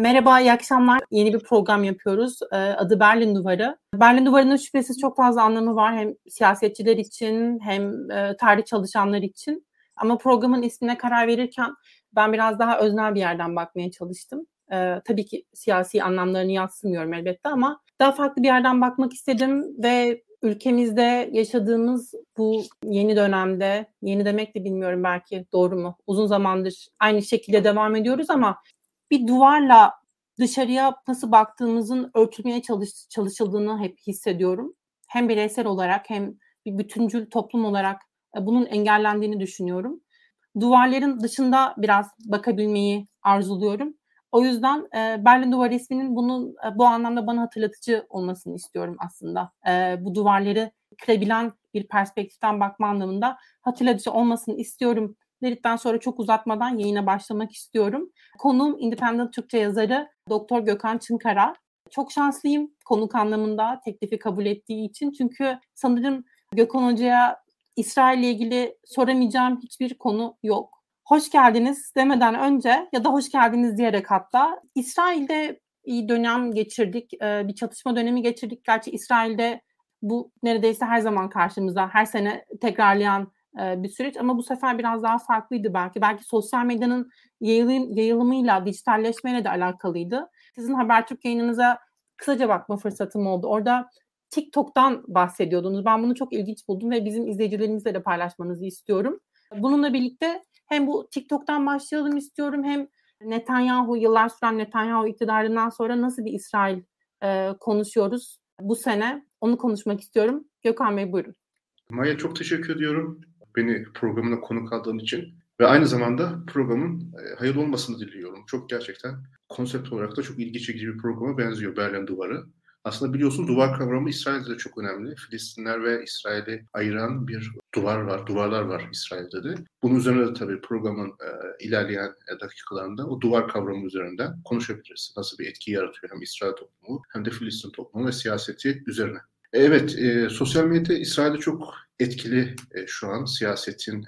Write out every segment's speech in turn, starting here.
Merhaba, iyi akşamlar. Yeni bir program yapıyoruz. Adı Berlin Duvarı. Berlin Duvarı'nın şüphesiz çok fazla anlamı var. Hem siyasetçiler için hem tarih çalışanlar için. Ama programın ismine karar verirken ben biraz daha öznel bir yerden bakmaya çalıştım. Tabii ki siyasi anlamlarını yadsımıyorum elbette ama daha farklı bir yerden bakmak istedim ve ülkemizde yaşadığımız bu yeni dönemde, yeni demek de bilmiyorum belki doğru mu? Uzun zamandır aynı şekilde devam ediyoruz ama bir duvarla dışarıya nasıl baktığımızın ölçülmeye çalışıldığını hep hissediyorum. Hem bireysel olarak hem bir bütüncül toplum olarak bunun engellendiğini düşünüyorum. Duvarların dışında biraz bakabilmeyi arzuluyorum. O yüzden Berlin Duvarı isminin bu anlamda bana hatırlatıcı olmasını istiyorum aslında. Bu duvarları kırabilen bir perspektiften bakma anlamında hatırlatıcı olmasını istiyorum dedikten sonra çok uzatmadan yayına başlamak istiyorum. Konuğum Independent Türkçe yazarı Doktor Gökhan Çınkara. Çok şanslıyım konuk anlamında teklifi kabul ettiği için. Çünkü sanırım Gökhan Hoca'ya İsrail ile ilgili soramayacağım hiçbir konu yok. Hoş geldiniz demeden önce ya da hoş geldiniz diyerek hatta İsrail'de bir dönem geçirdik, bir çatışma dönemi geçirdik. Gerçi İsrail'de bu neredeyse her zaman karşımıza, her sene tekrarlayan bir süreç ama bu sefer biraz daha farklıydı belki. Belki sosyal medyanın yayılımıyla, dijitalleşmeyle de alakalıydı. Sizin Habertürk yayınınıza kısaca bakma fırsatım oldu. Orada TikTok'tan bahsediyordunuz. Ben bunu çok ilginç buldum ve bizim izleyicilerimizle de paylaşmanızı istiyorum. Bununla birlikte hem bu TikTok'tan başlayalım istiyorum hem yıllar süren Netanyahu iktidarından sonra nasıl bir İsrail konuşuyoruz bu sene? Onu konuşmak istiyorum. Gökhan Bey buyurun. Maya çok teşekkür ediyorum beni programına konuk aldığın için ve aynı zamanda programın hayırlı olmasını diliyorum. Çok gerçekten konsept olarak da çok ilgi çekici bir programa benziyor Berlin Duvarı. Aslında biliyorsun duvar kavramı İsrail'de de çok önemli. Filistinler ve İsrail'i ayıran bir duvarlar var İsrail'de de. Bunun üzerine de tabii programın ilerleyen dakikalarında o duvar kavramı üzerinden konuşabiliriz. Nasıl bir etki yaratıyor hem İsrail toplumu hem de Filistin toplumu ve siyaseti üzerine. Evet, sosyal medya İsrail'de çok etkili şu an siyasetin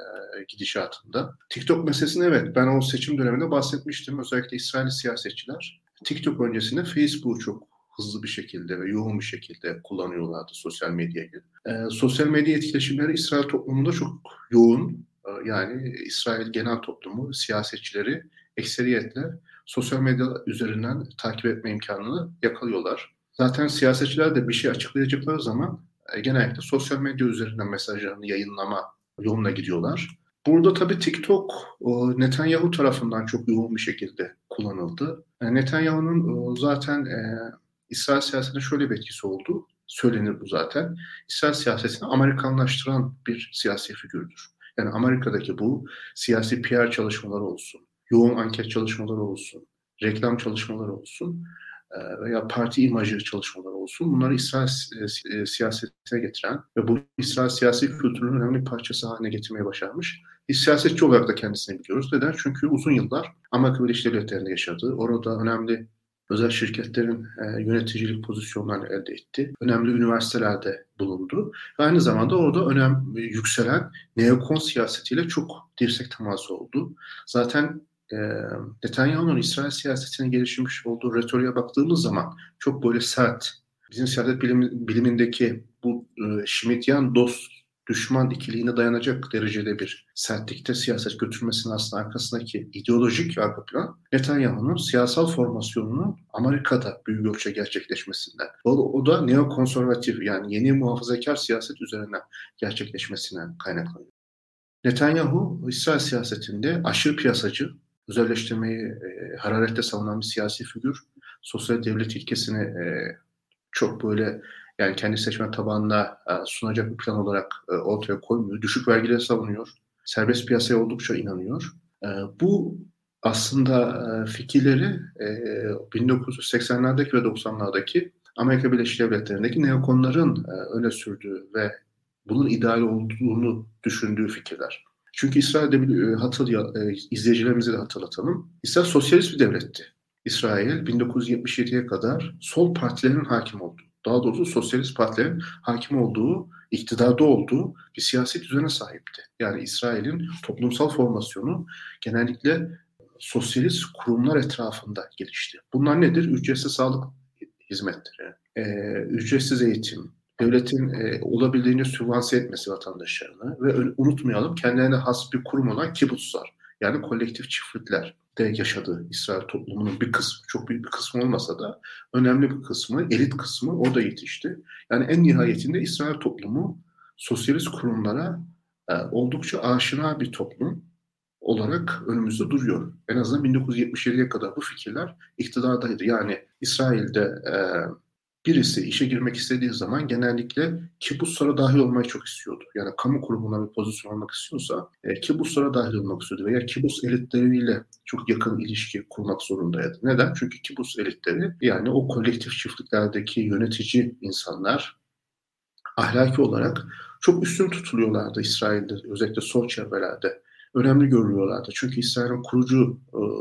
gidişatında. TikTok meselesini evet ben o seçim döneminde bahsetmiştim. Özellikle İsrail siyasetçiler TikTok öncesinde Facebook'u çok hızlı bir şekilde ve yoğun bir şekilde kullanıyorlardı sosyal medyayı. Sosyal medya etkileşimleri İsrail toplumunda çok yoğun. Yani İsrail genel toplumu, siyasetçileri ekseriyetle sosyal medya üzerinden takip etme imkanını yakalıyorlar. Zaten siyasetçiler de bir şey açıklayacakları zaman genellikle sosyal medya üzerinden mesajlarını yayınlama yoluna gidiyorlar. Burada tabii TikTok Netanyahu tarafından çok yoğun bir şekilde kullanıldı. Netanyahu'nun zaten İsrail siyasetine şöyle bir etkisi oldu. Söylenir bu zaten. İsrail siyasetini Amerikanlaştıran bir siyasi figürdür. Yani Amerika'daki bu siyasi PR çalışmaları olsun, yoğun anket çalışmaları olsun, reklam çalışmaları olsun veya parti imajı çalışmaları olsun. Bunları İsrail siyasetine getiren ve bunu İsrail siyasi kültürünün önemli bir parçası haline getirmeye başarmış. Biz siyasetçi olarak da kendisini biliyoruz. Neden? Çünkü uzun yıllar Amerika Birleşik Devletleri'nde yaşadı. Orada önemli özel şirketlerin yöneticilik pozisyonlarını elde etti. Önemli üniversitelerde bulundu. Ve aynı zamanda orada yükselen neokon siyasetiyle çok dirsek teması oldu. Zaten Netanyahu'nun İsrail siyasetine gelişmiş olduğu retoriğe baktığımız zaman çok böyle sert. Bizim siyaset bilimindeki bu Schmittian dost düşman ikiliğine dayanacak derecede bir sertlikte siyaset götürmesinin aslında arkasındaki ideolojik arka plan Netanyahu'nun siyasal formasyonunun Amerika'da büyük ölçüde gerçekleşmesinden. O da neokonservatif yani yeni muhafazakar siyaset üzerinden gerçekleşmesinden kaynaklanıyor. Netanyahu İsrail siyasetinde aşırı piyasacı, özelleştirmeyi hararetle savunan bir siyasi figür. Sosyal devlet ilkesini çok böyle yani kendi seçmen tabanına sunacak bir plan olarak ortaya koymuyor. Düşük vergileri savunuyor. Serbest piyasaya oldukça inanıyor. Bu aslında fikirleri 1980'lerdeki ve 90'lardaki Amerika Birleşik Devletleri'ndeki neokonların öne sürdüğü ve bunun ideal olduğunu düşündüğü fikirler. Çünkü İsrail'de izleyicilerimize de hatırlatalım. İsrail sosyalist bir devletti. İsrail 1977'ye kadar sol partilerin hakim olduğu, daha doğrusu sosyalist partilerin hakim olduğu, iktidarda olduğu bir siyasi düzene sahipti. Yani İsrail'in toplumsal formasyonu genellikle sosyalist kurumlar etrafında gelişti. Bunlar nedir? Ücretsiz sağlık hizmetleri, ücretsiz eğitim, devletin olabildiğince sübvanse etmesi vatandaşlarını ve unutmayalım kendilerine has bir kurum olan kibutzlar, yani kolektif çiftlikler de yaşadığı İsrail toplumunun bir kısmı, çok büyük bir kısmı olmasa da önemli bir kısmı, elit kısmı orada yetişti. Yani en nihayetinde İsrail toplumu sosyalist kurumlara oldukça aşina bir toplum olarak önümüzde duruyor. En azından 1977'ye kadar bu fikirler iktidardaydı. Yani İsrail'de birisi işe girmek istediği zaman genellikle kibutzlara dahil olmayı çok istiyordu. Yani kamu kurumuna bir pozisyon almak istiyorsa kibutzlara dahil olmak istiyordu. Veya kibutz elitleriyle çok yakın ilişki kurmak zorundaydı. Neden? Çünkü kibutz elitleri, yani o kolektif çiftliklerdeki yönetici insanlar, ahlaki olarak çok üstün tutuluyorlardı İsrail'de, özellikle sol çevrelerde. Önemli görülüyorlardı. Çünkü İsrail'in kurucu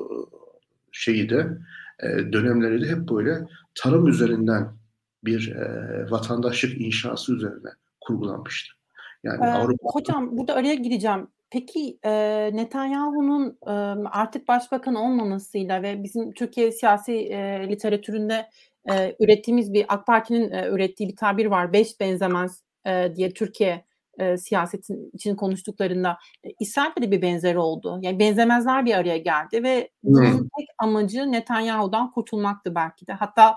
dönemleri de hep böyle tarım üzerinden bir vatandaşlık inşası üzerine kurgulanmıştı. Yani Avrupa... Hocam burada araya gireceğim. Peki Netanyahu'nun artık başbakan olmamasıyla ve bizim Türkiye siyasi literatüründe ürettiğimiz bir AK Parti'nin ürettiği bir tabir var. Beş benzemez diye Türkiye siyasetin için konuştuklarında İsrail'de de bir benzeri oldu. Yani benzemezler bir araya geldi ve bunun tek amacı Netanyahu'dan kurtulmaktı belki de. Hatta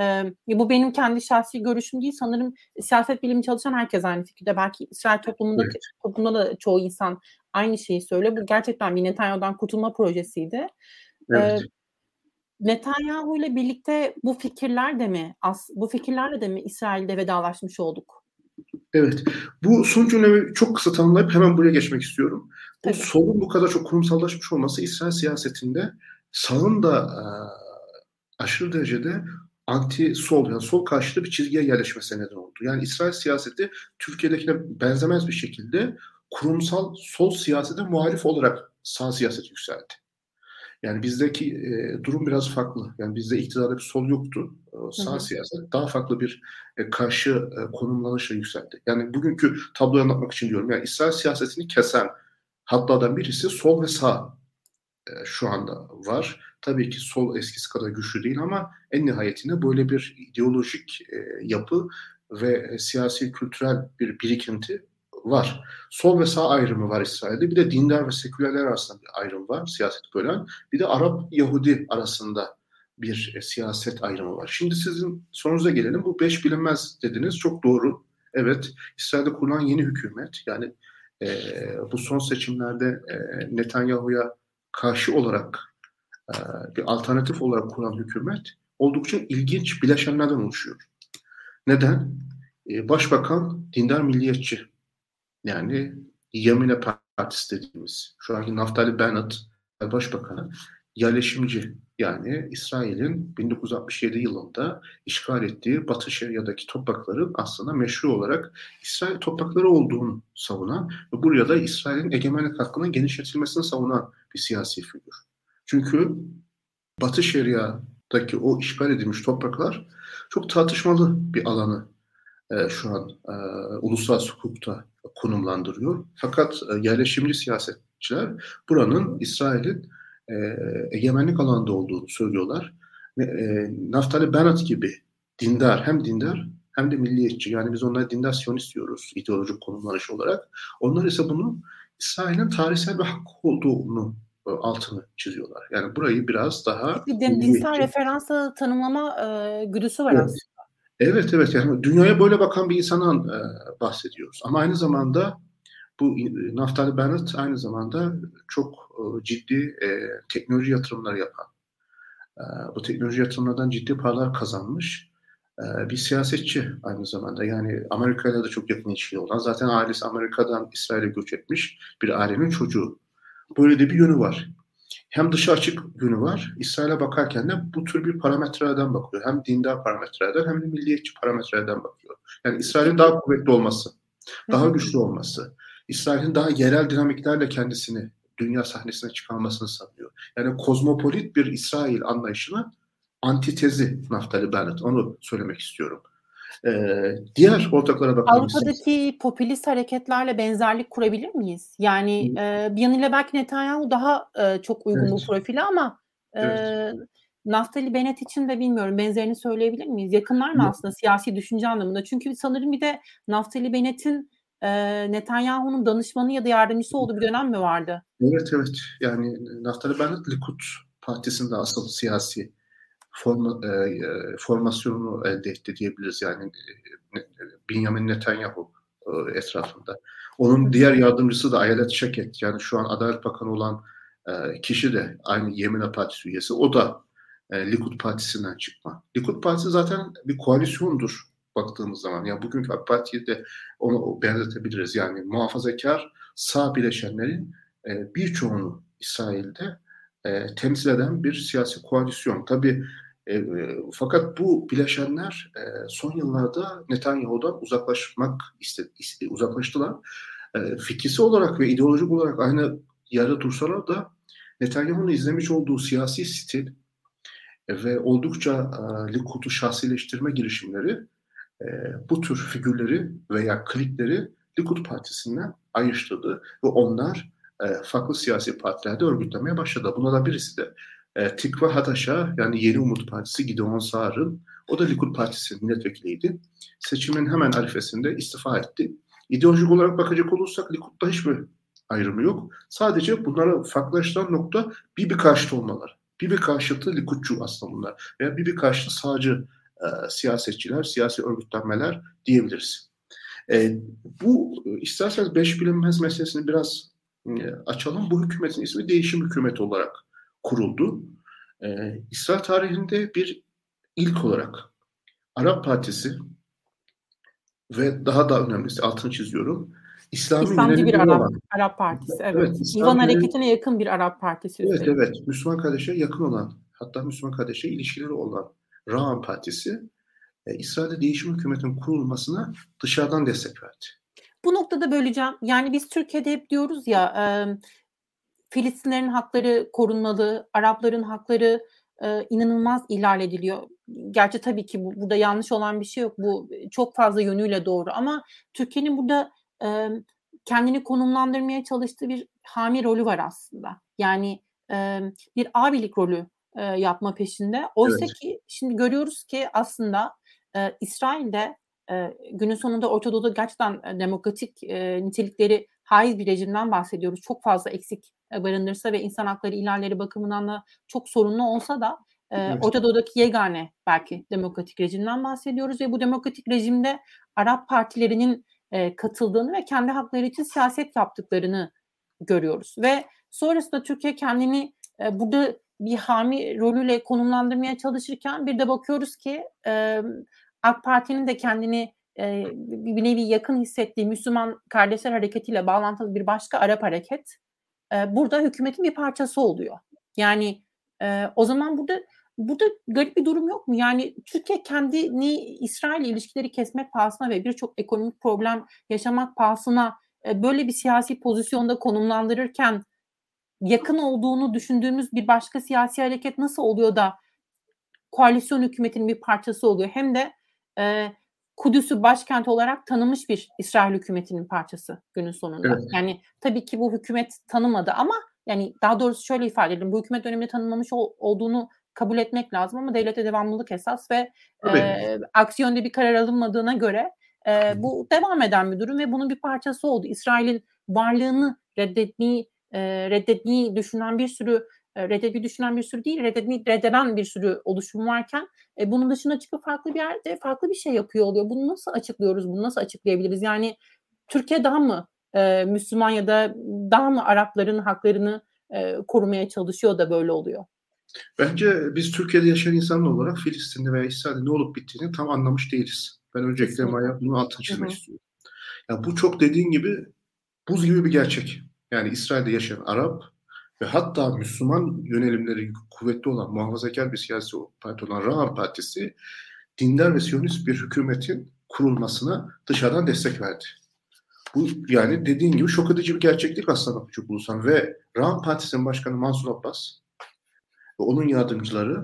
bu benim kendi şahsi görüşüm değil. Sanırım siyaset bilimi çalışan herkes aynı fikirde. Belki İsrail toplumunda da çoğu insan aynı şeyi söylüyor. Bu gerçekten bir Netanyahu'dan kurtulma projesiydi. Evet. Netanyahu ile birlikte bu fikirlerle de mi İsrail'de vedalaşmış olduk? Evet. Bu son cümlemi çok kısa tanımlayıp hemen buraya geçmek istiyorum. Bu Tabii. solun bu kadar çok kurumsallaşmış olması İsrail siyasetinde sağın da aşırı derecede anti-sol, yani sol karşıtı bir çizgiye yerleşmesine neden oldu. Yani İsrail siyaseti Türkiye'dekine benzemez bir şekilde kurumsal sol siyasete muhalif olarak sağ siyaseti yükseldi. Yani bizdeki durum biraz farklı. Yani bizde iktidarda bir sol yoktu. Sağ siyaset daha farklı bir karşı konumlanışla yükseldi. Yani bugünkü tabloyu anlatmak için diyorum. Yani İsrail siyasetini kesen hatlardan birisi sol ve sağ şu anda var. Tabii ki sol eskisi kadar güçlü değil ama en nihayetinde böyle bir ideolojik yapı ve siyasi kültürel bir birikinti var. Sol ve sağ ayrımı var İsrail'de. Bir de dindar ve sekülerler arasında bir ayrım var, siyaset bölen. Bir de Arap-Yahudi arasında bir siyaset ayrımı var. Şimdi sizin sorunuza gelelim. Bu beş bilinmez dediniz. Çok doğru. Evet, İsrail'de kurulan yeni hükümet, yani bu son seçimlerde Netanyahu'ya karşı olarak bir alternatif olarak kurulan hükümet oldukça ilginç bileşenlerden oluşuyor. Neden? Başbakan dindar milliyetçi. Yani Yamine Partisi dediğimiz, şu anki Naftali Bennett başbakanı yerleşimci. Yani İsrail'in 1967 yılında işgal ettiği Batı Şeria'daki toprakların aslında meşru olarak İsrail toprakları olduğunu savunan ve buraya da İsrail'in egemenlik hakkının genişletilmesini savunan bir siyasi figür. Çünkü Batı Şeria'daki o işgal edilmiş topraklar çok tartışmalı bir alanı şu an uluslararası hukukta konumlandırıyor. Fakat yerleşimci siyasetçiler buranın İsrail'in egemenlik alanında olduğunu söylüyorlar. Naftali Bennett gibi dindar hem de milliyetçi, yani biz onlara dindar Siyonist diyoruz ideolojik konumlanış olarak. Onlar ise bunun İsrail'in tarihsel bir hakkı olduğunu altını çiziyorlar. Yani burayı biraz daha Dinsel referansla tanımlama güdüsü var aslında. Evet, yani dünyaya böyle bakan bir insandan bahsediyoruz. Ama aynı zamanda bu Naftali Bennett aynı zamanda çok ciddi teknoloji yatırımları yapan, bu teknoloji yatırımlardan ciddi paralar kazanmış bir siyasetçi aynı zamanda. Yani Amerika'yla da çok yakın ilişkili olan, zaten ailesi Amerika'dan İsrail'e göç etmiş bir ailenin çocuğu. Böyle de bir yönü var. Hem dışı açık yönü var. İsrail'e bakarken de bu tür bir parametrelerden bakıyor. Hem dindar parametrelerden hem de milliyetçi parametrelerden bakıyor. Yani İsrail'in daha kuvvetli olması, daha güçlü olması, İsrail'in daha yerel dinamiklerle kendisini dünya sahnesine çıkarmasını sanıyor. Yani kozmopolit bir İsrail anlayışına antitezi Naftali Bennett. Onu söylemek istiyorum. Diğer ortaklara bakalım isterseniz. Avrupa'daki popülist hareketlerle benzerlik kurabilir miyiz? Yani bir yanıyla belki Netanyahu daha çok uygun bu profile ama Naftali Bennett için de bilmiyorum, benzerini söyleyebilir miyiz? Yakınlar mı aslında siyasi düşünce anlamında? Çünkü sanırım bir de Naftali Bennett'in Netanyahu'nun danışmanı ya da yardımcısı olduğu bir dönem mi vardı? Evet. Yani Naftali Bennett Likud Partisi'nde asıl siyasi formasyonunu elde etti diyebiliriz. Yani Benjamin Netanyahu etrafında. Onun diğer yardımcısı da Ayelet Şeket. Yani şu an Adalet Bakanı olan kişi de aynı Yemina Partisi üyesi. O da Likud Partisi'nden çıkma. Likud Partisi zaten bir koalisyondur baktığımız zaman. Yani bugünkü AK Parti'yi de onu benzetebiliriz. Yani muhafazakar sağ bileşenlerin birçoğunu İsrail'de temsil eden bir siyasi koalisyon. Tabii fakat bu bileşenler son yıllarda Netanyahu'dan uzaklaştılar. Fikrisi olarak ve ideolojik olarak aynı yerde dursalar da Netanyahu'nun izlemiş olduğu siyasi stil ve oldukça Likud'u şahsileştirme girişimleri bu tür figürleri veya klikleri Likud Partisi'nden ayrıştırdı ve onlar farklı siyasi partilerde örgütlemeye başladı. Buna da birisi de Tikva Hadaş'a, yani Yeni Umut Partisi, Gideon Sa'ar'ın, o da Likud Partisi'nin milletvekiliydi. Seçimin hemen arifesinde istifa etti. İdeolojik olarak bakacak olursak Likud'da hiçbir ayrımı yok. Sadece bunlara farklılaştıran nokta Bibi karşıtı olmaları. Bibi karşıtı Likudçu aslında bunlar. Veya Bibi karşıtı sağcı siyasetçiler, siyasi örgütlenmeler diyebiliriz. Bu isterseniz beş bilinmez meselesini biraz açalım. Bu hükümetin ismi değişim hükümeti olarak kuruldu. İsrail tarihinde bir ilk olarak Arap Partisi ve daha da önemlisi, altını çiziyorum, İslamcı bir Arap Partisi, evet. İvan hareketine yakın bir Arap Partisi. Evet. Müslüman kardeşe yakın olan, hatta Müslüman kardeşe ilişkileri olan Ra'an Partisi İsrail'de değişim hükümetinin kurulmasına dışarıdan destek verdi. Bu noktada böleceğim. Yani biz Türkiye'de hep diyoruz ya, Filistinlerin hakları korunmalı, Arapların hakları inanılmaz ihlal ediliyor. Gerçi tabii ki burada yanlış olan bir şey yok. Bu çok fazla yönüyle doğru ama Türkiye'nin burada kendini konumlandırmaya çalıştığı bir hami rolü var aslında. Yani bir abilik rolü yapma peşinde. Oysa ki şimdi görüyoruz ki aslında İsrail'de günün sonunda Orta Doğu'da gerçekten demokratik nitelikleri haiz bir rejimden bahsediyoruz. Çok fazla eksik barındırsa ve insan hakları ihlalleri bakımından da çok sorunlu olsa da Orta Doğu'daki yegane belki demokratik rejimden bahsediyoruz ve bu demokratik rejimde Arap partilerinin katıldığını ve kendi hakları için siyaset yaptıklarını görüyoruz. Ve sonrasında Türkiye kendini burada bir hami rolüyle konumlandırmaya çalışırken bir de bakıyoruz ki AK Parti'nin de kendini bir nevi yakın hissettiği Müslüman Kardeşler Hareketi'yle bağlantılı bir başka Arap hareket burada hükümetin bir parçası oluyor. Yani o zaman burada garip bir durum yok mu? Yani Türkiye kendini İsrail ilişkileri kesmek pahasına ve birçok ekonomik problem yaşamak pahasına böyle bir siyasi pozisyonda konumlandırırken yakın olduğunu düşündüğümüz bir başka siyasi hareket nasıl oluyor da koalisyon hükümetinin bir parçası oluyor? Hem de Kudüs'ü başkent olarak tanımış bir İsrail hükümetinin parçası günün sonunda. Evet. Yani tabii ki bu hükümet tanımadı ama yani daha doğrusu şöyle ifade edelim. Bu hükümet döneminde tanınmamış olduğunu kabul etmek lazım ama devlete devamlılık esas ve aksi yönde bir karar alınmadığına göre bu devam eden bir durum ve bunun bir parçası oldu. İsrail'in varlığını reddetmeyi düşünen bir sürü reddeden bir sürü oluşum varken bunun dışına çıkıp farklı bir yerde farklı bir şey yapıyor oluyor. Bunu nasıl açıklıyoruz? Bunu nasıl açıklayabiliriz? Yani Türkiye daha mı Müslüman ya da daha mı Arapların haklarını korumaya çalışıyor da böyle oluyor? Bence biz Türkiye'de yaşayan insanlar olarak Filistin'de veya İsrail'de ne olup bittiğini tam anlamış değiliz. Ben öncelikle bunun altını çizmek istiyorum. Ya bu çok dediğin gibi buz gibi bir gerçek. Yani İsrail'de yaşayan Arap ve hatta Müslüman yönelimleri kuvvetli olan muhafazakar bir siyasi parti olan Ra'an Partisi dindar ve Siyonist bir hükümetin kurulmasına dışarıdan destek verdi. Bu yani dediğin gibi şok edici bir gerçeklik aslında Bakıcı Bulusan ve Ra'an Partisi'nin başkanı Mansur Abbas ve onun yardımcıları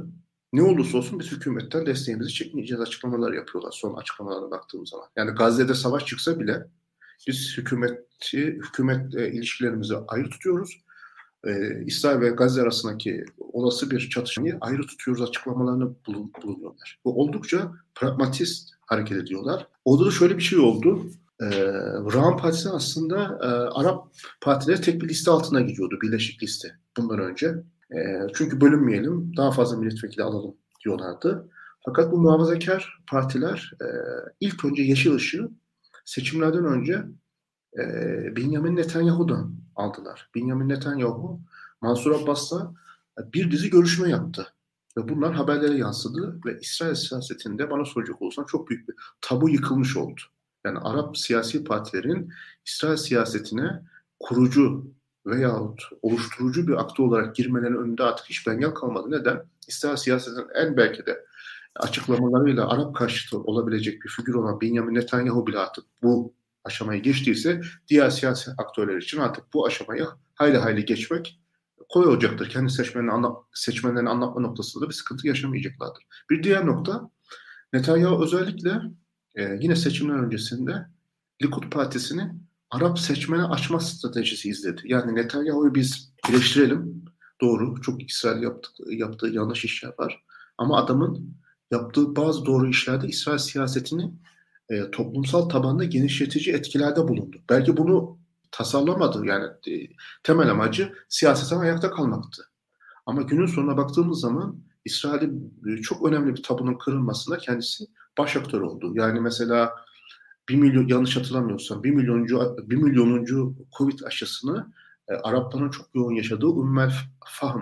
Ne olursa olsun biz hükümetten desteğimizi çekmeyeceğiz açıklamalar yapıyorlar son açıklamalarına baktığımız zaman. Yani Gazze'de savaş çıksa bile biz hükümet ilişkilerimizi ayrı tutuyoruz. İsrail ve Gazze arasındaki olası bir çatışmayı ayrı tutuyoruz açıklamalarını bulunuyorlar. Bu oldukça pragmatist hareket ediyorlar. Orada da şöyle bir şey oldu. Rahman Partisi aslında Arap partileri tek bir liste altına gidiyordu. Birleşik liste bundan önce. Çünkü bölünmeyelim, daha fazla milletvekili alalım diyorlardı. Fakat bu muhafazakar partiler ilk önce yeşil ışığı seçimlerden önce Benjamin Netanyahu'dan aldılar. Benjamin Netanyahu, Mansur Abbas'la bir dizi görüşme yaptı. Ve bunlar haberlere yansıdı ve İsrail siyasetinde bana soracak olursan çok büyük bir tabu yıkılmış oldu. Yani Arap siyasi partilerin İsrail siyasetine kurucu veyahut oluşturucu bir aktör olarak girmelerinin önünde artık hiçbir engel kalmadı. Neden? İsrail siyasetinin en belki de açıklamalarıyla Arap karşıtı olabilecek bir figür olan Benjamin Netanyahu bile artık bu aşamayı geçtiyse diğer siyasi aktörler için artık bu aşamayı hayli hayli geçmek kolay olacaktır. Kendi seçmenlerini anlatma noktasında bir sıkıntı yaşamayacaklardır. Bir diğer nokta, Netanyahu özellikle yine seçimler öncesinde Likud Partisi'ni Arap seçmene açma stratejisi izledi. Yani Netanyahu'yu biz eleştirelim. Doğru, çok İsrail yaptığı yanlış işler var. Ama adamın yaptığı bazı doğru işlerde İsrail siyasetini toplumsal tabanda genişletici etkilerde bulundu. Belki bunu tasarlamadı. Yani temel amacı siyaseten ayakta kalmaktı. Ama günün sonuna baktığımız zaman İsrail'in çok önemli bir tabunun kırılmasında kendisi baş aktör oldu. Yani mesela 1 milyon, yanlış hatırlamıyorsam 1 milyonuncu Covid aşısını Arapların çok yoğun yaşadığı Ümmel Fahm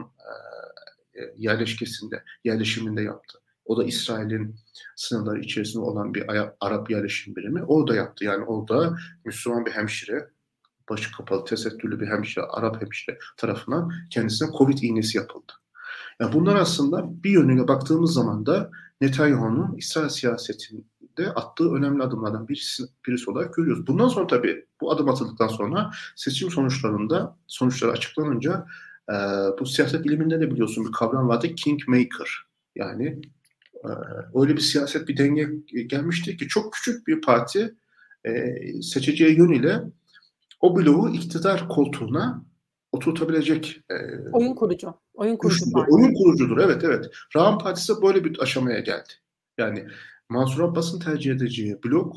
yerleşiminde yaptı. O da İsrail'in sınırları içerisinde olan bir Arap yerleşim birimi. O da yaptı. Yani orada Müslüman bir hemşire, başı kapalı, tesettürlü bir hemşire, Arap hemşire tarafından kendisine Covid iğnesi yapıldı. Yani bunlar aslında bir yönüyle baktığımız zaman da Netanyahu'nun İsrail siyasetinde attığı önemli adımlardan birisi olarak görüyoruz. Bundan sonra tabii bu adım atıldıktan sonra seçim sonuçları açıklanınca bu siyaset biliminde de biliyorsun bir kavram vardı, Kingmaker. Yani öyle bir siyaset bir denge gelmişti ki çok küçük bir parti seçeceği yönüyle o bloğu iktidar koltuğuna oturtabilecek oyun kurucu oyun kurucudur. Evet. Rahman Partisi böyle bir aşamaya geldi. Yani Mansur Abbas'ın tercih edeceği blok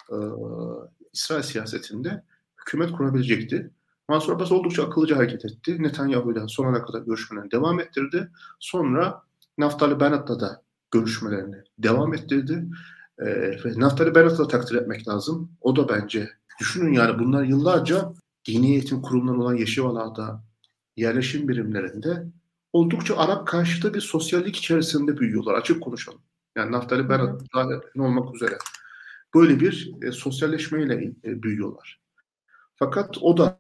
İsrail siyasetinde hükümet kurabilecekti. Mansur Abbas oldukça akıllıca hareket etti. Netanyahu'yla sonuna kadar görüşmelerini devam ettirdi. Sonra Naftali Bennett'la da görüşmelerini devam ettirdi. Ve Naftali Bennett'ı da takdir etmek lazım. O da bence, düşünün yani bunlar yıllarca dini eğitim kurumları olan Yeşivalar'da, yerleşim birimlerinde oldukça Arap karşıtı bir sosyallik içerisinde büyüyorlar. Açık konuşalım. Yani Naftali Bennett dahil olmak üzere. Böyle bir sosyalleşmeyle büyüyorlar. Fakat o da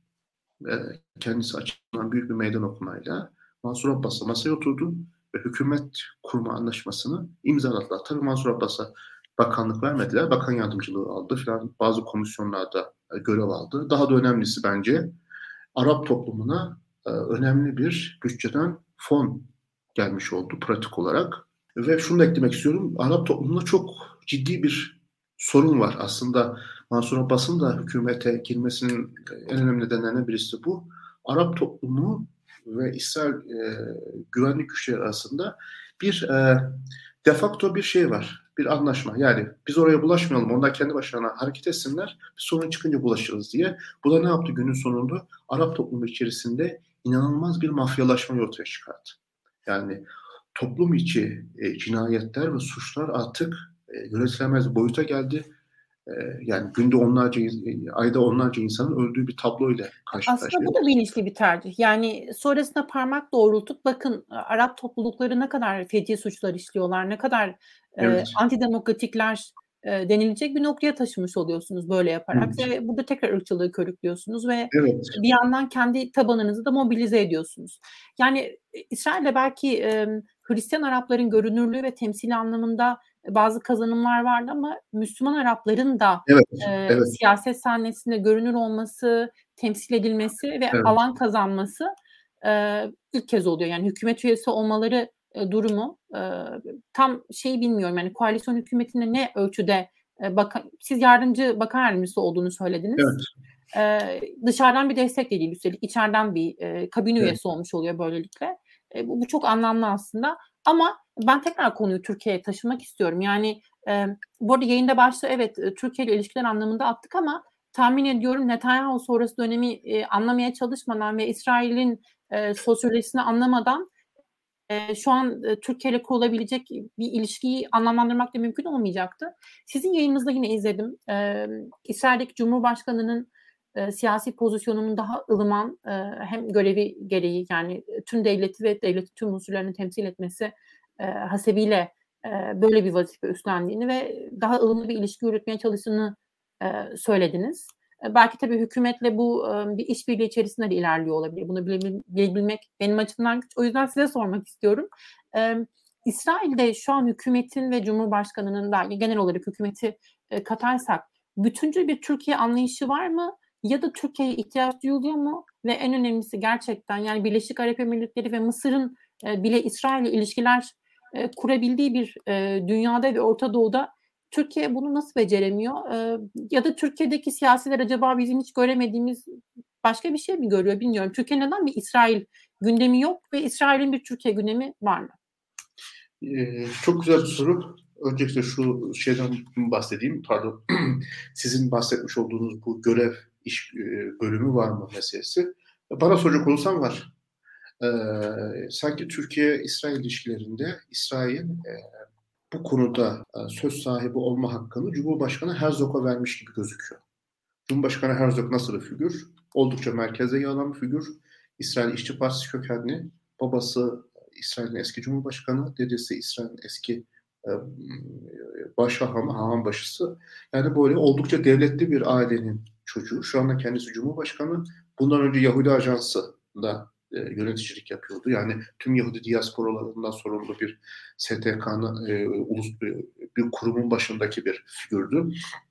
kendisi açısından büyük bir meydan okumayla Mansur Abbas'la masaya oturdu ve hükümet kurma anlaşmasını imzaladılar. Tabii Mansur Abbas'a bakanlık vermediler. Bakan yardımcılığı aldı falan. Bazı komisyonlarda görev aldı. Daha da önemlisi bence Arap toplumuna önemli bir bütçeden fon gelmiş oldu pratik olarak. Ve şunu da eklemek istiyorum. Arap toplumunda çok ciddi bir sorun var. Aslında Mansur Abbas'ın da hükümete girmesinin en önemli nedenlerinden birisi de bu. Arap toplumu ve İsrail güvenlik güçleri arasında bir de facto bir şey var. Bir anlaşma. Yani biz oraya bulaşmayalım. Onlar kendi başlarına hareket etsinler. Bir sorun çıkınca bulaşırız diye. Bu da ne yaptı günün sonunda? Arap toplumu içerisinde inanılmaz bir mafyalaşmayı ortaya çıkarttı. Yani toplum içi cinayetler ve suçlar artık yönetilemez boyuta geldi. Yani günde ayda onlarca insanın öldüğü bir tabloyla karşı Aslında karşıyayız. bu da bilinçli bir tercih. Yani sonrasında parmak doğrultup bakın Arap toplulukları ne kadar feci suçlar işliyorlar, ne kadar Evet. antidemokratikler denilecek bir noktaya taşımış oluyorsunuz böyle yaparak. Evet. Ve burada tekrar ırkçılığı körüklüyorsunuz ve Evet. bir yandan kendi tabanınızı da mobilize ediyorsunuz. Yani İsrail'de belki Hristiyan Arapların görünürlüğü ve temsili anlamında bazı kazanımlar vardı ama Müslüman Arapların da Evet. siyaset sahnesinde görünür olması, temsil edilmesi ve Evet. alan kazanması ilk kez oluyor. Yani hükümet üyesi olmaları durumu tam bilmiyorum. Yani koalisyon hükümetinde ne ölçüde siz yardımcı bakan yardımcısı olduğunu söylediniz. Evet. Dışarıdan bir destek de değil, üstelik içeriden bir kabine Evet. üyesi olmuş oluyor böylelikle. Bu çok anlamlı aslında. Ama ben tekrar konuyu Türkiye'ye taşımak istiyorum. Yani bu arada yayında başta Türkiye ile ilişkiler anlamında attık ama tahmin ediyorum Netanyahu sonrası dönemi anlamaya çalışmadan ve İsrail'in sosyolojisini anlamadan şu an Türkiye ile kurulabilecek bir ilişkiyi anlamlandırmak da mümkün olmayacaktı. Sizin yayınınızda yine izledim. İsrail'deki Cumhurbaşkanı'nın siyasi pozisyonunun daha ılıman hem görevi gereği, yani tüm devleti ve devletin tüm unsurlarını temsil etmesi hasebiyle böyle bir vazife üstlendiğini ve daha ılımlı bir ilişki yürütmeye çalıştığını söylediniz. Belki tabii hükümetle bu bir işbirliği içerisinde de ilerliyor olabilir. Bunu bilebilmek benim açımdan güç. O yüzden size sormak istiyorum. İsrail'de şu an hükümetin ve Cumhurbaşkanı'nın da genel olarak hükümeti katarsak bütüncül bir Türkiye anlayışı var mı? Ya da Türkiye'ye ihtiyaç duyuluyor mu? Ve en önemlisi gerçekten yani Birleşik Arap Emirlikleri ve Mısır'ın bile İsrail'le ilişkiler kurabildiği bir dünyada ve Orta Doğu'da Türkiye bunu nasıl beceremiyor? Ya da Türkiye'deki siyasiler acaba bizim hiç göremediğimiz başka bir şey mi görüyor bilmiyorum. Türkiye neden bir İsrail gündemi yok ve İsrail'in bir Türkiye gündemi var mı? Çok güzel bir soru. Öncelikle şu şeyden bahsedeyim. Pardon. Sizin bahsetmiş olduğunuz bu görev iş bölümü var mı meselesi. Bana soracak olursan var. Sanki Türkiye-İsrail ilişkilerinde İsrail'in bu konuda söz sahibi olma hakkını Cumhurbaşkanı Herzog'a vermiş gibi gözüküyor. Cumhurbaşkanı Herzog nasıl bir figür? Oldukça merkezde yer alan bir figür. İsrail İşçi Partisi kökenli. Babası İsrail'in eski Cumhurbaşkanı, dedesi İsrail'in eski Haman başısı. Yani böyle oldukça devletli bir ailenin çocuğu. Şu anda kendisi Cumhurbaşkanı. Bundan önce Yahudi Ajansı'nda yöneticilik yapıyordu. Yani tüm Yahudi diasporalarından sorumlu bir STK'nın bir kurumun başındaki bir figürdü.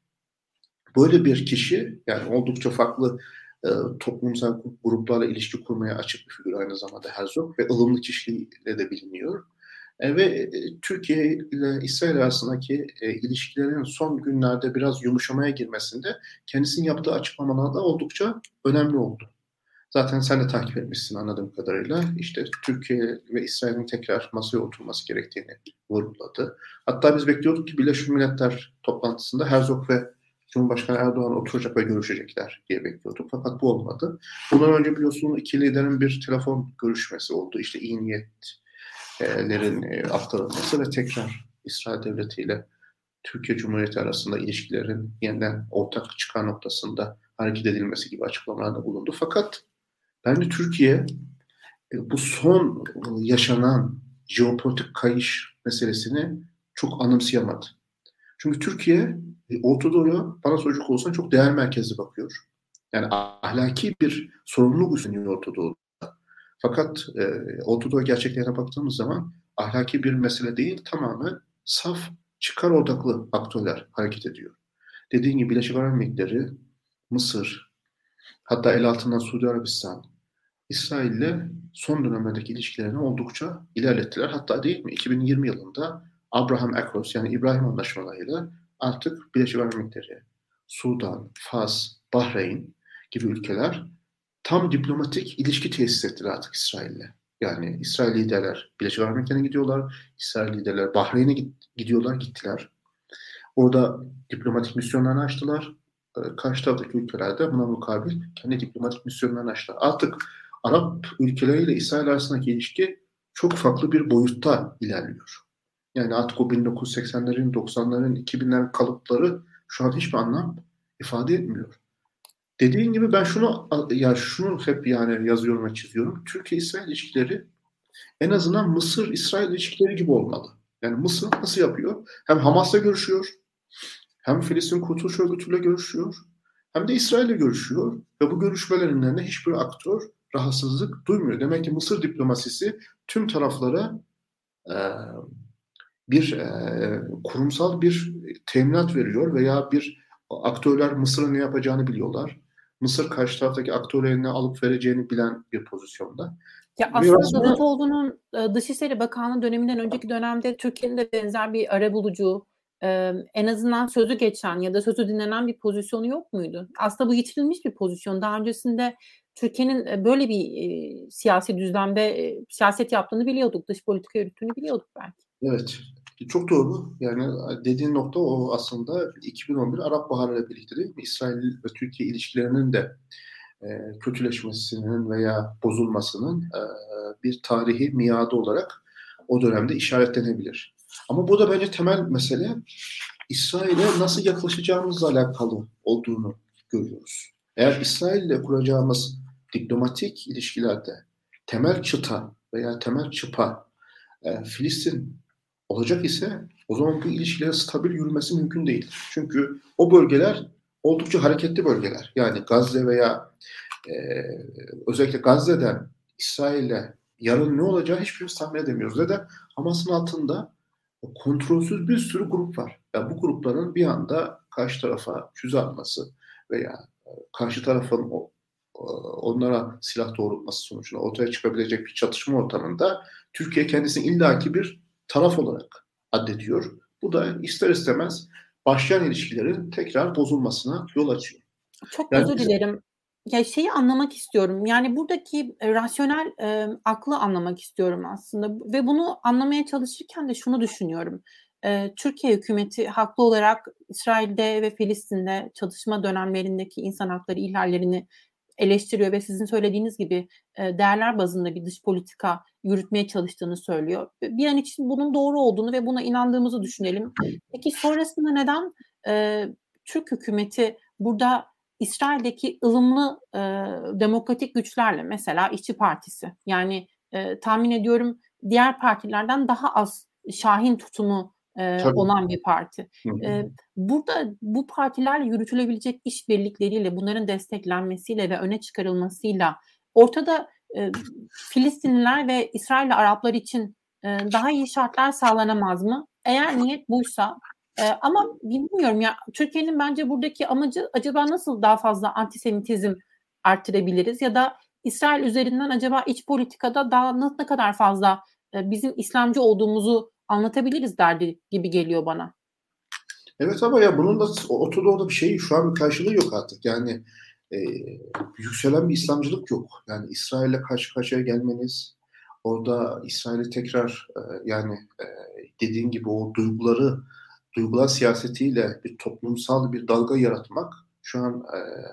Böyle bir kişi yani oldukça farklı toplumsal gruplarla ilişki kurmaya açık bir figür aynı zamanda Herzog ve ılımlı kişiliğiyle de biliniyor. Ve Türkiye ile İsrail arasındaki ilişkilerin son günlerde biraz yumuşamaya girmesinde kendisinin yaptığı açıklamalar da oldukça önemli oldu. Zaten sen de takip etmişsin anladığım kadarıyla. İşte Türkiye ve İsrail'in tekrar masaya oturması gerektiğini vurguladı. Hatta biz bekliyorduk ki Birleşmiş Milletler toplantısında Herzog ve Cumhurbaşkanı Erdoğan oturacak ve görüşecekler diye bekliyorduk. Fakat bu olmadı. Bundan önce biliyorsunuz iki liderin bir telefon görüşmesi oldu. İşte iyi niyetlerin aktarılması ve tekrar İsrail Devleti ile Türkiye Cumhuriyeti arasında ilişkilerin yeniden ortak çıkar noktasında hareket edilmesi gibi açıklamalarda bulundu. Fakat bence Türkiye bu son yaşanan jeopolitik kayış meselesini çok anımsayamadı. Çünkü Türkiye Orta Doğu'ya bana soracak olursan çok değer merkezli bakıyor. Yani ahlaki bir sorumluluk üstleniyor Orta Doğu'da. Fakat Orta Doğu gerçeklerine baktığımız zaman ahlaki bir mesele değil, tamamen saf çıkar odaklı aktörler hareket ediyor. Dediğim gibi Birleşik Arap Emirlikleri, Mısır, hatta el altından Suudi Arabistan, İsrail'le son dönemlerdeki ilişkilerini oldukça ilerlettiler. Hatta değil mi 2020 yılında Abraham Accords yani İbrahim Anlaşmalarıyla artık Birleşik Arap Emirlikleri, Sudan, Fas, Bahreyn gibi ülkeler tam diplomatik ilişki tesis ettiler artık İsrail'le. Yani İsrail liderler Birleşik Arap Emirlikleri'ne gidiyorlar, İsrail liderler Bahreyn'e gittiler. Orada diplomatik misyonlarını açtılar. Karşı taraftaki ülkeler de buna mukabil kendi diplomatik misyonlarını açtılar. Artık Arap ülkeleriyle İsrail arasındaki ilişki çok farklı bir boyutta ilerliyor. Yani artık o 1980'lerin, 90'ların, 2000'lerin kalıpları şu an hiçbir anlam ifade etmiyor. Dediğin gibi ben şunu hep yani yazıyorum ve çiziyorum. Türkiye-İsrail ilişkileri en azından Mısır-İsrail ilişkileri gibi olmalı. Yani Mısır nasıl yapıyor? Hem Hamas'la görüşüyor, hem Filistin Kurtuluş Örgütü'yle görüşüyor, hem de İsrail'le görüşüyor. Ve bu görüşmelerin de hiçbir aktör rahatsızlık duymuyor. Demek ki Mısır diplomasisi tüm taraflara kurumsal bir teminat veriyor veya aktörler Mısır'ın ne yapacağını biliyorlar. Mısır karşı taraftaki aktörlerini alıp vereceğini bilen bir pozisyonda. Ya aslında Davutoğlu'nun Dışişleri Bakanlığı döneminden önceki dönemde Türkiye'nin de benzer bir arabulucu, en azından sözü geçen ya da sözü dinlenen bir pozisyonu yok muydu? Aslında bu yitirilmiş bir pozisyon. Daha öncesinde Türkiye'nin böyle bir siyasi düzlemde siyaset yaptığını biliyorduk. Dış politika yürüttüğünü biliyorduk belki. Evet. Çok doğru. Yani dediğin nokta o aslında 2011 Arap Baharı ile birlikte değil mi? İsrail ve Türkiye ilişkilerinin de kötüleşmesinin veya bozulmasının bir tarihi miadı olarak o dönemde işaretlenebilir. Ama burada bence temel mesele İsrail'e nasıl yaklaşacağımızla alakalı olduğunu görüyoruz. Eğer İsrail ile kuracağımız diplomatik ilişkilerde temel çıta veya temel çıpa Filistin olacak ise o zaman bu ilişkilerin stabil yürümesi mümkün değil. Çünkü o bölgeler oldukça hareketli bölgeler. Yani Gazze veya özellikle Gazze'den İsrail'le yarın ne olacağı hiçbirimiz tahmin edemiyoruz. Neden? Hamas'ın altında kontrolsüz bir sürü grup var. Yani bu grupların bir anda karşı tarafa füze atması veya karşı tarafın onlara silah doğrultması sonucunda ortaya çıkabilecek bir çatışma ortamında Türkiye kendisini illaki bir taraf olarak addediyor. Bu da ister istemez başlayan ilişkilerin tekrar bozulmasına yol açıyor. Çok özür dilerim. Ya şeyi anlamak istiyorum. Yani buradaki rasyonel aklı anlamak istiyorum aslında ve bunu anlamaya çalışırken de şunu düşünüyorum. Türkiye hükümeti haklı olarak İsrail'de ve Filistin'de çatışma dönemlerindeki insan hakları ihlallerini eleştiriyor ve sizin söylediğiniz gibi değerler bazında bir dış politika yürütmeye çalıştığını söylüyor. Bir an için bunun doğru olduğunu ve buna inandığımızı düşünelim. Peki sonrasında neden Türk hükümeti burada İsrail'deki ılımlı demokratik güçlerle, mesela İşçi Partisi, yani tahmin ediyorum diğer partilerden daha az şahin tutumu olan bir parti. Burada bu partilerle yürütülebilecek işbirlikleriyle, bunların desteklenmesiyle ve öne çıkarılmasıyla ortada Filistinliler ve İsrailli Araplar için daha iyi şartlar sağlanamaz mı? Eğer niyet buysa, ama bilmiyorum ya, Türkiye'nin bence buradaki amacı acaba nasıl daha fazla antisemitizm arttırabiliriz ya da İsrail üzerinden acaba iç politikada daha ne kadar fazla bizim İslamcı olduğumuzu anlatabiliriz derdi gibi geliyor bana. Evet ama ya bunun da Orta bir şey şu an bir karşılığı yok artık. Yani yükselen bir İslamcılık yok. Yani İsrail'le karşı karşıya gelmeniz, orada İsrail'i tekrar dediğin gibi o duygular siyasetiyle bir toplumsal bir dalga yaratmak şu an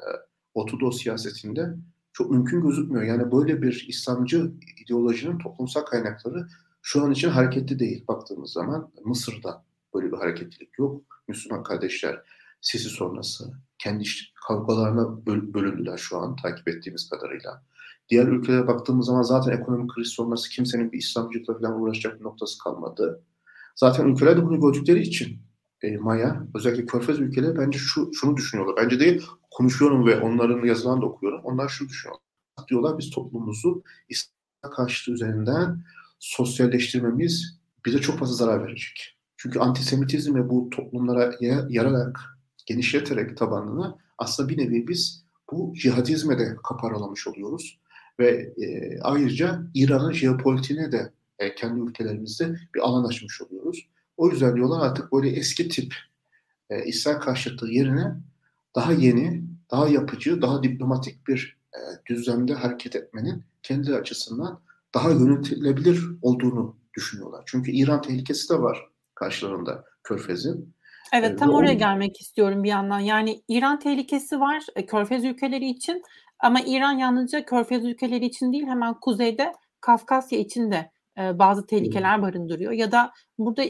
Orta siyasetinde çok mümkün gözükmüyor. Yani böyle bir İslamcı ideolojinin toplumsal kaynakları şu an için hareketli değil. Baktığımız zaman Mısır'da böyle bir hareketlilik yok. Müslüman kardeşler sesi sonrası kendi kavgalarına bölündüler şu an takip ettiğimiz kadarıyla. Diğer ülkelere baktığımız zaman zaten ekonomik kriz sonrası kimsenin bir İslamcılıkla falan uğraşacak bir noktası kalmadı. Zaten ülkeler de bunu gördükleri için Maya, özellikle Körfez ülkeleri bence şunu düşünüyorlar. Bence değil, konuşuyorum ve onların yazılarını da okuyorum. Onlar şunu düşünüyorlar. Diyorlar biz toplumumuzu İslam karşıtı üzerinden sosyalleştirmemiz bize çok fazla zarar verecek. Çünkü antisemitizm ve bu toplumlara yararak, genişleterek tabanını aslında bir nevi biz bu cihadizme de kaparalamış oluyoruz. Ve ayrıca İran'ın jeopolitiğine de kendi ülkelerimizde bir alan açmış oluyoruz. O yüzden diyorlar artık böyle eski tip İsrail karşıtlığı yerine daha yeni, daha yapıcı, daha diplomatik bir düzlemde hareket etmenin kendi açısından daha yönetilebilir olduğunu düşünüyorlar. Çünkü İran tehlikesi de var karşılarında Körfez'in. Evet, tam oraya gelmek istiyorum bir yandan. Yani İran tehlikesi var Körfez ülkeleri için, ama İran yalnızca Körfez ülkeleri için değil, hemen kuzeyde Kafkasya için de bazı tehlikeler barındırıyor. Ya da burada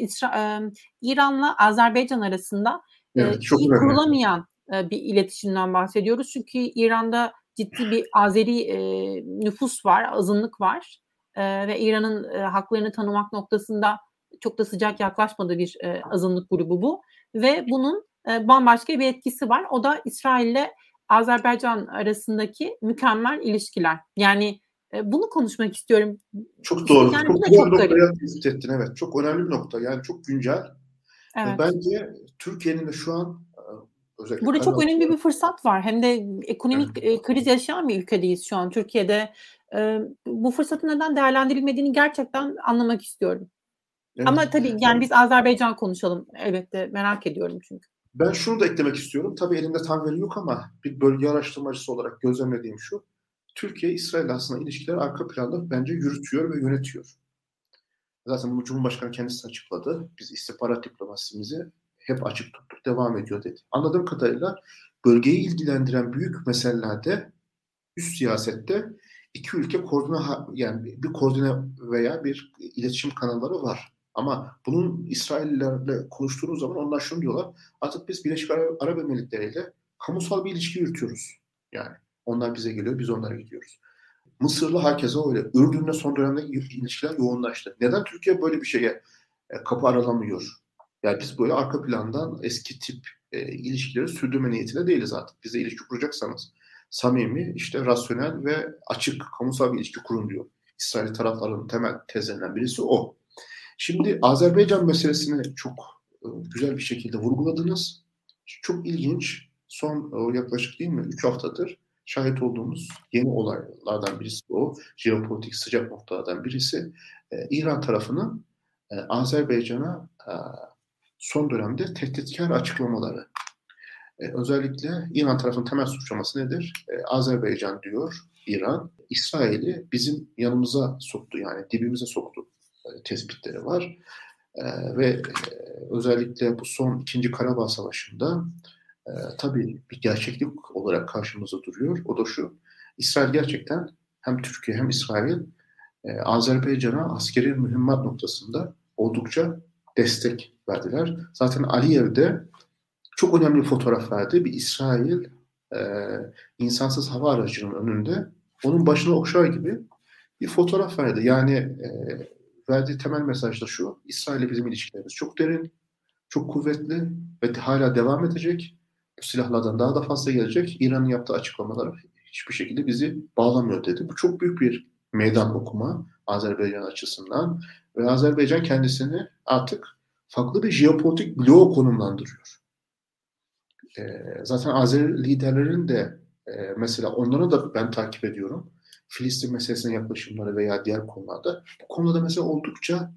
İran'la Azerbaycan arasında iyi kurulamayan bir iletişimden bahsediyoruz. Çünkü İran'da ciddi bir Azeri nüfus var, azınlık var ve İran'ın haklarını tanımak noktasında çok da sıcak yaklaşmadığı bir azınlık grubu bu. Ve bunun bambaşka bir etkisi var. O da İsrail ile Azerbaycan arasındaki mükemmel ilişkiler. Yani bunu konuşmak istiyorum. Çok doğru. Yani çok doğru noktaya tespit ettin. Evet. Çok önemli bir nokta. Yani çok güncel. Evet. Bence Türkiye'nin de şu an özellikle Burada çok Karabağ. önemli bir fırsat var. Hem de ekonomik kriz yaşayan bir ülkedeyiz şu an Türkiye'de. Bu fırsatın neden değerlendirilmediğini gerçekten anlamak istiyorum. Evet. Ama tabii yani biz Azerbaycan konuşalım. Elbette merak ediyorum çünkü. Ben şunu da eklemek istiyorum. Tabii elimde tam veri yok ama bir bölge araştırmacısı olarak gözlemlediğim şu. Türkiye İsrail aslında ilişkileri arka planda bence yürütüyor ve yönetiyor. Zaten bunu Cumhurbaşkanı kendisi açıkladı. Biz istihbarat diplomasimizi hep açık tuttuk, devam ediyor dedi. Anladığım kadarıyla bölgeyi ilgilendiren büyük meselelerde, üst siyasette iki ülke yani bir koordine veya bir iletişim kanalları var. Ama bunun İsraillilerle konuştuğunuz zaman onlar şunu diyorlar. Artık biz Birleşik Arap Emirlikleri ile kamusal bir ilişki yürütüyoruz. Yani onlar bize geliyor, biz onlara gidiyoruz. Mısır'la herkese öyle. Ürdün'le son dönemde ilişkiler yoğunlaştı. Neden Türkiye böyle bir şeye kapı aralamıyor? Yani biz böyle arka plandan eski tip ilişkileri sürdürme niyetinde değiliz artık. Bize ilişki kuracaksanız samimi, işte rasyonel ve açık, kamusal bir ilişki kurun diyor. İsrail taraflarının temel tezlerinden birisi o. Şimdi Azerbaycan meselesini çok güzel bir şekilde vurguladınız. Çok ilginç. Son yaklaşık değil mi 3 haftadır şahit olduğumuz yeni olaylardan birisi o. Jeopolitik sıcak noktalardan birisi. İran tarafının Azerbaycan'a son dönemde tehditkar açıklamaları. Özellikle İran tarafının temel suçlaması nedir? Azerbaycan diyor İran, İsrail'i bizim yanımıza soktu, yani dibimize soktu tespitleri var. Ve özellikle bu son 2. Karabağ Savaşı'nda tabii bir gerçeklik olarak karşımıza duruyor. O da şu, İsrail gerçekten hem Türkiye hem İsrail Azerbaycan'a askeri mühimmat noktasında oldukça destek verdiler. Zaten Aliyev de çok önemli bir fotoğraf verdi. Bir İsrail insansız hava aracının önünde onun başına okşar gibi bir fotoğraf verdi. Yani verdiği temel mesaj da şu: İsrail'le bizim ilişkilerimiz çok derin, çok kuvvetli ve hala devam edecek. Bu silahlardan daha da fazla gelecek. İran'ın yaptığı açıklamalar hiçbir şekilde bizi bağlamıyor dedi. Bu çok büyük bir meydan okuma Azerbaycan açısından ve Azerbaycan kendisini artık farklı bir jeopolitik bloğu konumlandırıyor. Zaten Azeri liderlerin de mesela onları da ben takip ediyorum. Filistin meselesine yaklaşımları veya diğer konularda. Bu konuda mesela oldukça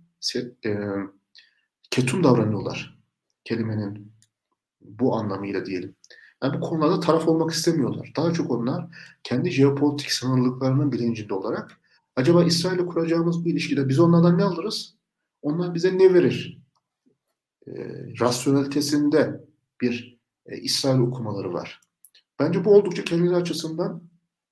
ketum davranıyorlar. Kelimenin bu anlamıyla diyelim. Yani bu konularda taraf olmak istemiyorlar. Daha çok onlar kendi jeopolitik sınırlılıklarının bilincinde olarak acaba İsrail'le kuracağımız bu ilişkide biz onlardan ne alırız? Onlar bize ne verir? Rasyonalitesinde bir İsrail okumaları var. Bence bu oldukça kendileri açısından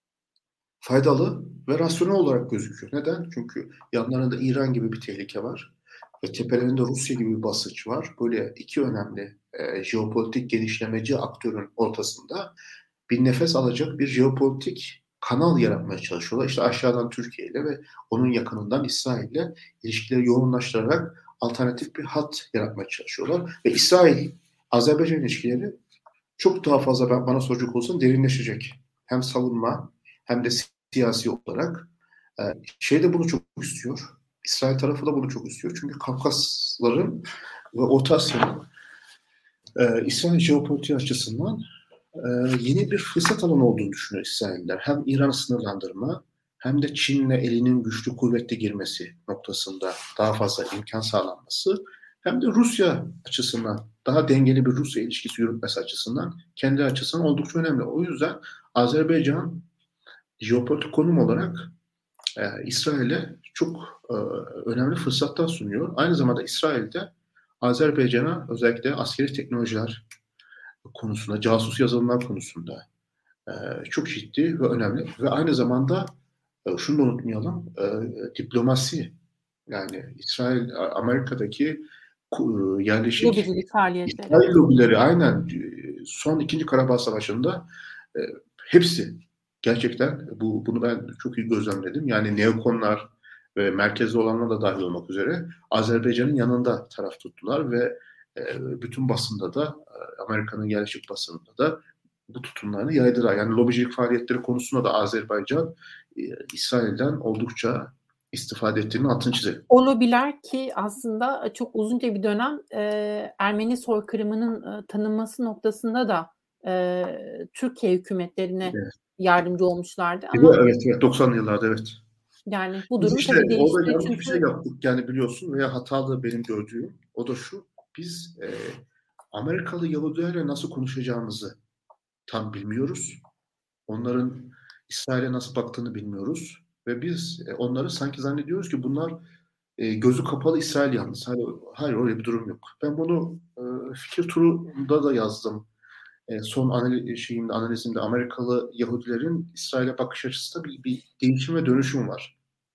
faydalı ve rasyonel olarak gözüküyor. Neden? Çünkü yanlarında İran gibi bir tehlike var ve tepelerinde Rusya gibi bir basınç var. Böyle iki önemli jeopolitik genişlemeci aktörün ortasında bir nefes alacak bir jeopolitik kanal yaratmaya çalışıyorlar. İşte aşağıdan Türkiye ile ve onun yakınından İsrail ile ilişkileri yoğunlaştırarak alternatif bir hat yaratmaya çalışıyorlar. Ve İsrail-Azerbaycan ilişkileri çok daha fazla, bana soracak olsan, derinleşecek. Hem savunma hem de siyasi olarak. Şey de bunu çok istiyor. İsrail tarafı da bunu çok istiyor. Çünkü Kafkasların ve Orta Asya'nın İsrail jeopolitik açısından yeni bir fırsat alanı olduğunu düşünüyor İsrailler. Hem İran'ı sınırlandırma hem de Çin'le elinin güçlü kuvvetli girmesi noktasında daha fazla imkan sağlanması, hem de Rusya açısından daha dengeli bir Rusya ilişkisi yürütmesi açısından kendi açısından oldukça önemli. O yüzden Azerbaycan jeopolitik konum olarak İsrail'e çok önemli fırsatlar sunuyor. Aynı zamanda İsrail'de Azerbaycan'a özellikle askeri teknolojiler konusunda, casus yazılımlar konusunda çok ciddi ve önemli ve aynı zamanda şunu da unutmayalım, diplomasi, yani İsrail Amerika'daki yerleşik Lobicilik faaliyetleri. İsrail lobileri aynen son 2. Karabağ Savaşı'nda hepsi gerçekten bunu ben çok iyi gözlemledim. Yani neokonlar ve merkezde olanlar da dahil olmak üzere Azerbaycan'ın yanında taraf tuttular ve bütün basında da Amerika'nın yerleşik basınında da bu tutumlarını yaydılar. Yani lobicilik faaliyetleri konusunda da Azerbaycan İsrail'den oldukça istifade ettiğini altını çizelim. O lobiler ki aslında çok uzunca bir dönem Ermeni soykırımının tanınması noktasında da Türkiye hükümetlerine Evet. yardımcı olmuşlardı ama Evet, 90'lı yıllarda evet. yani bu Biz durum işte tabii orada değişti yanlış bir şey çünkü yaptık yani biliyorsun veya hatalı benim gördüğüm o da şu. Biz Amerikalı Yahudilerle nasıl konuşacağımızı tam bilmiyoruz. Onların İsrail'e nasıl baktığını bilmiyoruz. Ve biz onları sanki zannediyoruz ki bunlar gözü kapalı İsrail yalnız. Hayır öyle bir durum yok. Ben bunu fikir turunda da yazdım. Son analizimde Amerikalı Yahudilerin İsrail'e bakış açısında bir değişim ve dönüşüm var.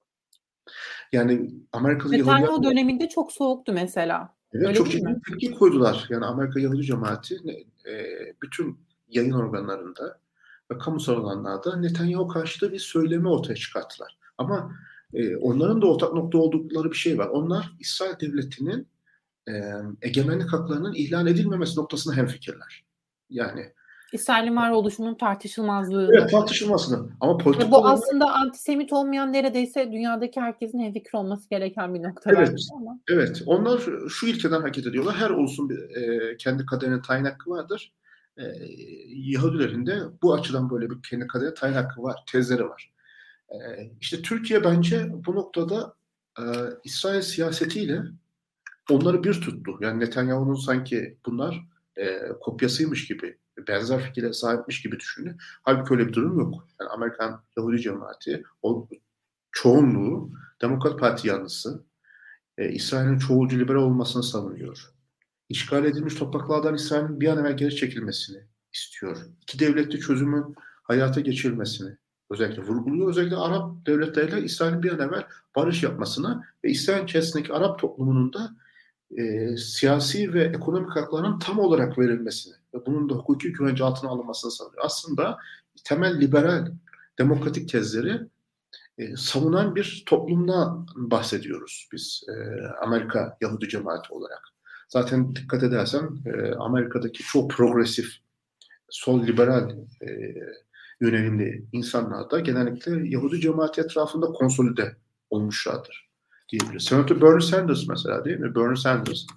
Yani Amerikalı Yahudiler Netanyahu döneminde çok soğuktu mesela. evet Öyle çok değil ciddi mi? bir tepki koydular. Yani Amerika Yahudi Cemaati bütün yayın organlarında ve kamusal alanlarda Netanyahu karşıtı bir söylemi ortaya çıkarttılar. Ama onların da ortak nokta oldukları bir şey var. Onlar İsrail Devleti'nin e, egemenlik haklarının ihlal edilmemesi noktasında hemfikirler. Yani İsrail'in varoluşunun tartışılmazlığı evet noktasında. tartışılmasını ama Ve politik bu olarak aslında antisemit olmayan neredeyse dünyadaki herkesin hemfikir olması gereken bir nokta evet belki de ama. evet onlar şu ilkeden hareket ediyorlar. Her ulusun kendi kaderine tayin hakkı vardır. E, Yahudilerin de bu açıdan böyle bir kendi kaderine tayin hakkı var, tezleri var. E, işte Türkiye bence bu noktada e, İsrail siyasetiyle onları bir tuttu. Yani Netanyahu'nun sanki bunlar kopyasıymış gibi, benzer fikirlere sahipmiş gibi düşündü. Halbuki öyle bir durum yok. Yani Amerikan Yahudi cemaati, o çoğunluğu Demokrat Parti yanlısı, İsrail'in çoğulcu liberal olmasını savunuyor. İşgal edilmiş topraklardan İsrail'in bir an evvel geri çekilmesini istiyor. İki devletli çözümün hayata geçirilmesini özellikle vurguluyor. Özellikle Arap devletleriyle İsrail'in bir an evvel barış yapmasına ve İsrail içerisindeki Arap toplumunun da siyasi ve ekonomik haklarının tam olarak verilmesini ve bunun da hukuki güvence altına alınmasını sağlıyor. Aslında temel liberal demokratik tezleri savunan bir toplumdan bahsediyoruz biz Amerika Yahudi cemaati olarak. Zaten dikkat edersen Amerika'daki çok progresif, sol liberal yönelimli insanlar da genellikle Yahudi cemaati etrafında konsolide olmuşlardır diyebiliriz. Senatör Bernie Sanders mesela değil mi? Bernie Sanders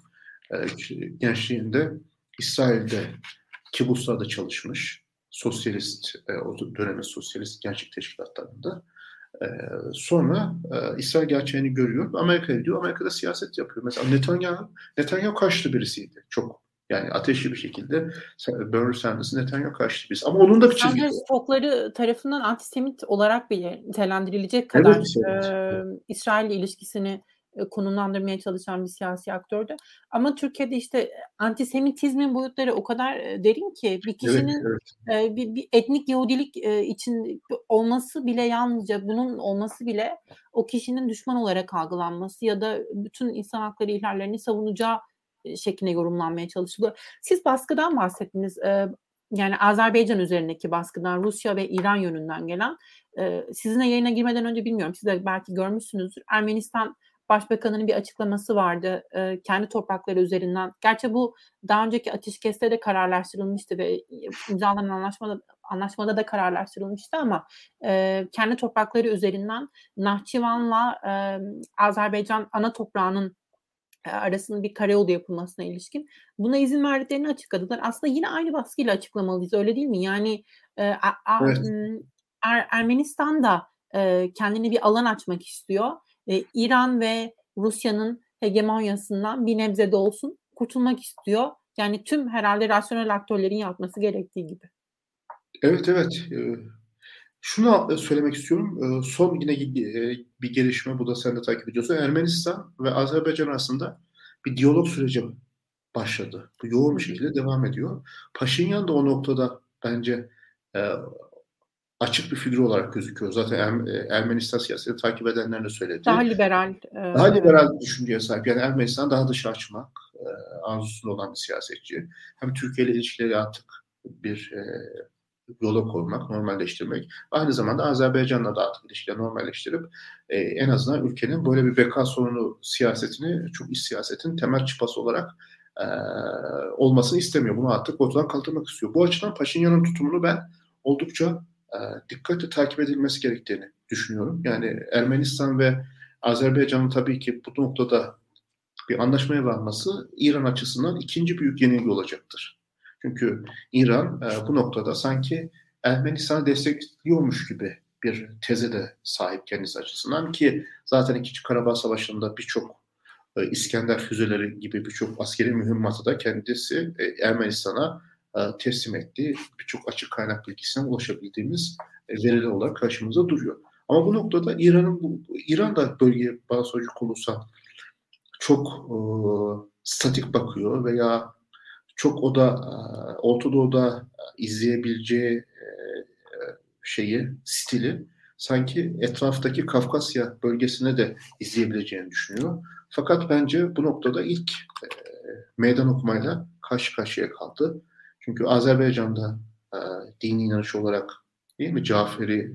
gençliğinde İsrail'de kibutslarda çalışmış. Sosyalist, o dönemin sosyalist gençlik teşkilatlarında. Ee, sonra İsrail gerçeğini görüyor. Amerika'ya gidiyor. Amerika'da siyaset yapıyor. Mesela Netanyahu karşıtı birisiydi. Çok yani ateşli bir şekilde Bernie Sanders Netanyahu karşıtı birisi. Ama onun da bir çizgisi Sanders var. çokları tarafından antisemit olarak bile nitelendirilecek kadar Evet, evet. İsrail ilişkisini konumlandırmaya çalışan bir siyasi aktördü. Ama Türkiye'de işte antisemitizmin boyutları o kadar derin ki bir Evet, kişinin evet. bir etnik Yahudilik için olması bile yalnızca bunun olması bile o kişinin düşman olarak algılanması ya da bütün insan hakları ihlallerini savunacağı şekline yorumlanmaya çalışılıyor. Siz baskıdan bahsettiniz. Yani Azerbaycan üzerindeki baskıdan, Rusya ve İran yönünden gelen, sizinle yayına girmeden önce bilmiyorum, siz de belki görmüşsünüzdür. Ermenistan Başbakanı'nın bir açıklaması vardı kendi toprakları üzerinden. Gerçi bu daha önceki ateşkeste de kararlaştırılmıştı ve imzalanan anlaşmada da kararlaştırılmıştı ama kendi toprakları üzerinden Nahçıvan'la Azerbaycan ana toprağının arasında bir karayolu yapılmasına ilişkin buna izin verdiklerini açıkladılar. Aslında yine aynı baskıyla açıklamalıyız, öyle değil mi? Yani Evet. Ermenistan da kendine bir alan açmak istiyor. İran ve Rusya'nın hegemonyasından bir nebze de olsun kurtulmak istiyor. Yani tüm herhalde rasyonel aktörlerin yapması gerektiği gibi. Evet, evet. Şunu söylemek istiyorum. Son yine bir gelişme, bu da sen de takip ediyorsun. Ermenistan ve Azerbaycan arasında bir diyalog süreci başladı. Bu yoğun Hı bir hı. şekilde devam ediyor. Paşinyan da o noktada bence e, açık bir figür olarak gözüküyor. Zaten Ermenistan siyasetini takip edenler de Daha söyledi. liberal, Daha evet. liberal bir düşünceye sahip. Yani Ermenistan daha dışa açmak arzusunda olan bir siyasetçi. Hem Türkiye ile ilişkileri artık bir yola koymak, normalleştirmek. Aynı zamanda Azerbaycan'la da artık ilişkileri normalleştirip en azından ülkenin böyle bir beka sorunu siyasetini, çok iç siyasetin temel çıpası olarak e, olmasını istemiyor. Bunu artık ortadan kaldırmak istiyor. Bu açıdan Paşinyan'ın tutumunu ben oldukça dikkatle takip edilmesi gerektiğini düşünüyorum. Yani Ermenistan ve Azerbaycan'ın tabii ki bu noktada bir anlaşmaya varması İran açısından ikinci büyük yenilgi olacaktır. Çünkü İran bu noktada sanki Ermenistan'ı destekliyormuş gibi bir teze de sahip kendisi açısından ki zaten İkinci Karabağ Savaşı'nda birçok İskender füzeleri gibi birçok askeri mühimmatı da kendisi Ermenistan'a teslim etti. Birçok açık kaynak bilgisine ulaşabildiğimiz veriler olarak karşımıza duruyor. Ama bu noktada İran da bölgeye bazı çocuk olursa çok statik bakıyor veya çok o da Orta Doğu'da izleyebileceği stili sanki etraftaki Kafkasya bölgesine de izleyebileceğini düşünüyor. Fakat bence bu noktada ilk meydan okumayla karşı karşıya kaldı. Çünkü Azerbaycan'da dini inanış olarak değil mi Caferi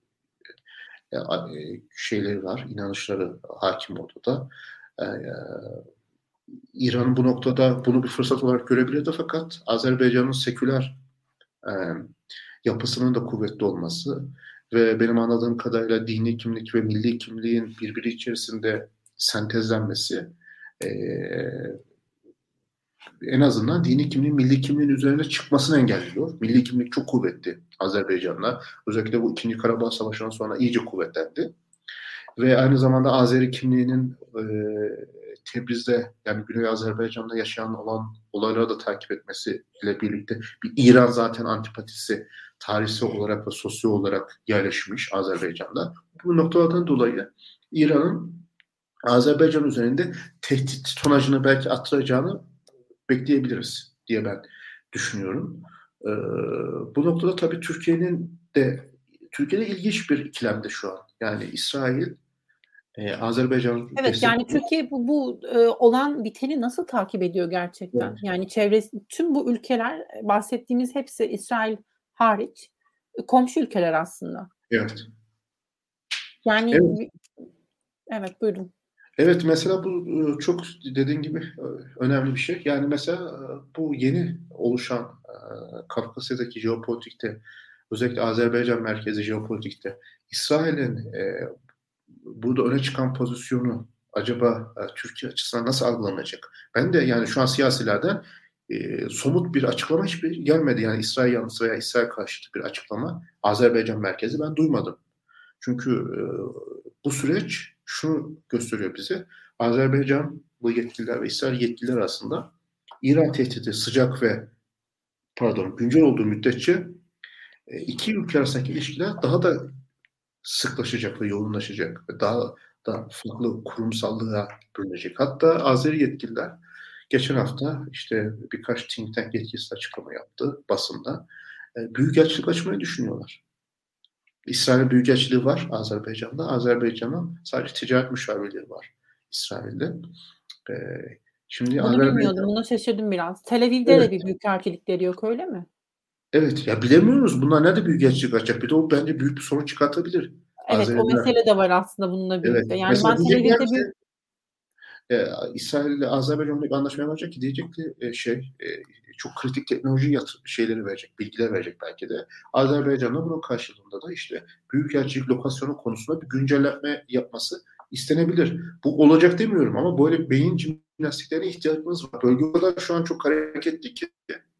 şeyleri var, inanışları hakim ortada. İran'ın bu noktada bunu bir fırsat olarak görebilirdi fakat Azerbaycan'ın seküler yapısının da kuvvetli olması ve benim anladığım kadarıyla dini kimlik ve milli kimliğin birbiri içerisinde sentezlenmesi en azından dini kimliğin milli kimliğin üzerine çıkmasını engelliyor. Milli kimlik çok kuvvetli Azerbaycan'da. Özellikle bu 2. Karabağ Savaşı'ndan sonra iyice kuvvetlendi. Ve aynı zamanda Azeri kimliğinin Tebriz'de yani Güney Azerbaycan'da yaşayan olan olayları da takip etmesiyle birlikte bir İran zaten antipatisi tarihsel olarak ve sosyal olarak yerleşmiş Azerbaycan'da. Bu noktalardan dolayı İran'ın Azerbaycan üzerinde tehdit tonajını belki attıracağını bekleyebiliriz diye ben düşünüyorum. Bu noktada tabii Türkiye'de ilginç bir ikilemde şu an. Yani İsrail Azerbaycan Evet, yani Türkiye bu olan biteni nasıl takip ediyor gerçekten? Evet. Yani çevresi tüm bu ülkeler bahsettiğimiz hepsi İsrail hariç komşu ülkeler aslında. Evet. Yani Evet. Evet, buyurun. Evet, mesela bu çok dediğin gibi önemli bir şey. Yani mesela bu yeni oluşan Kafkasya'daki jeopolitikte özellikle Azerbaycan merkezi jeopolitikte İsrail'in burada öne çıkan pozisyonu acaba Türkiye açısından nasıl algılanacak? Ben de yani şu an siyasilerden somut bir açıklama hiçbir gelmedi. Yani İsrail yanlısı veya İsrail karşıtı bir açıklama Azerbaycan merkezi ben duymadım. Çünkü bu süreç şunu gösteriyor bize. Azerbaycanlı yetkililer ve İsrail yetkililer arasında İran tehdidi sıcak ve güncel olduğu müddetçe iki ülke arasındaki ilişkiler daha da sıklaşacak ve yoğunlaşacak ve daha da farklı kurumsallığa bürünecek. Hatta Azeri yetkililer geçen hafta işte birkaç think tank yetkilisi açıklama yaptı basında. Büyükelçilik açmayı düşünüyorlar. İsrail Büyükelçiliği var Azerbaycan'da. Azerbaycan'ın sadece ticaret müşavirleri var İsrail'de. Şimdi Bunu bilmiyordum. Buna şaşırdım biraz. Tel Aviv'de de bir büyükelçilikleri yok, öyle mi? Evet. Ya bilemiyoruz. Bunlar nerede büyükelçilik açacak? Bir de o bence büyük bir sorun çıkartabilir. Evet, o mesele de var aslında bununla Evet. birlikte. Yani Mesela ben Tel diyecekler Aviv'de ki İsrail ile Azerbaycan'la bir anlaşma yapacak ki diyecek ki çok kritik teknoloji şeyleri verecek, bilgiler verecek belki de. Azerbaycan'la bunun karşılığında da işte büyükelçilik lokasyonu konusunda bir güncelleme yapması istenebilir. Bu olacak demiyorum ama böyle beyin jimnastiklerine ihtiyacımız var. Bölge o kadar şu an çok hareketli ki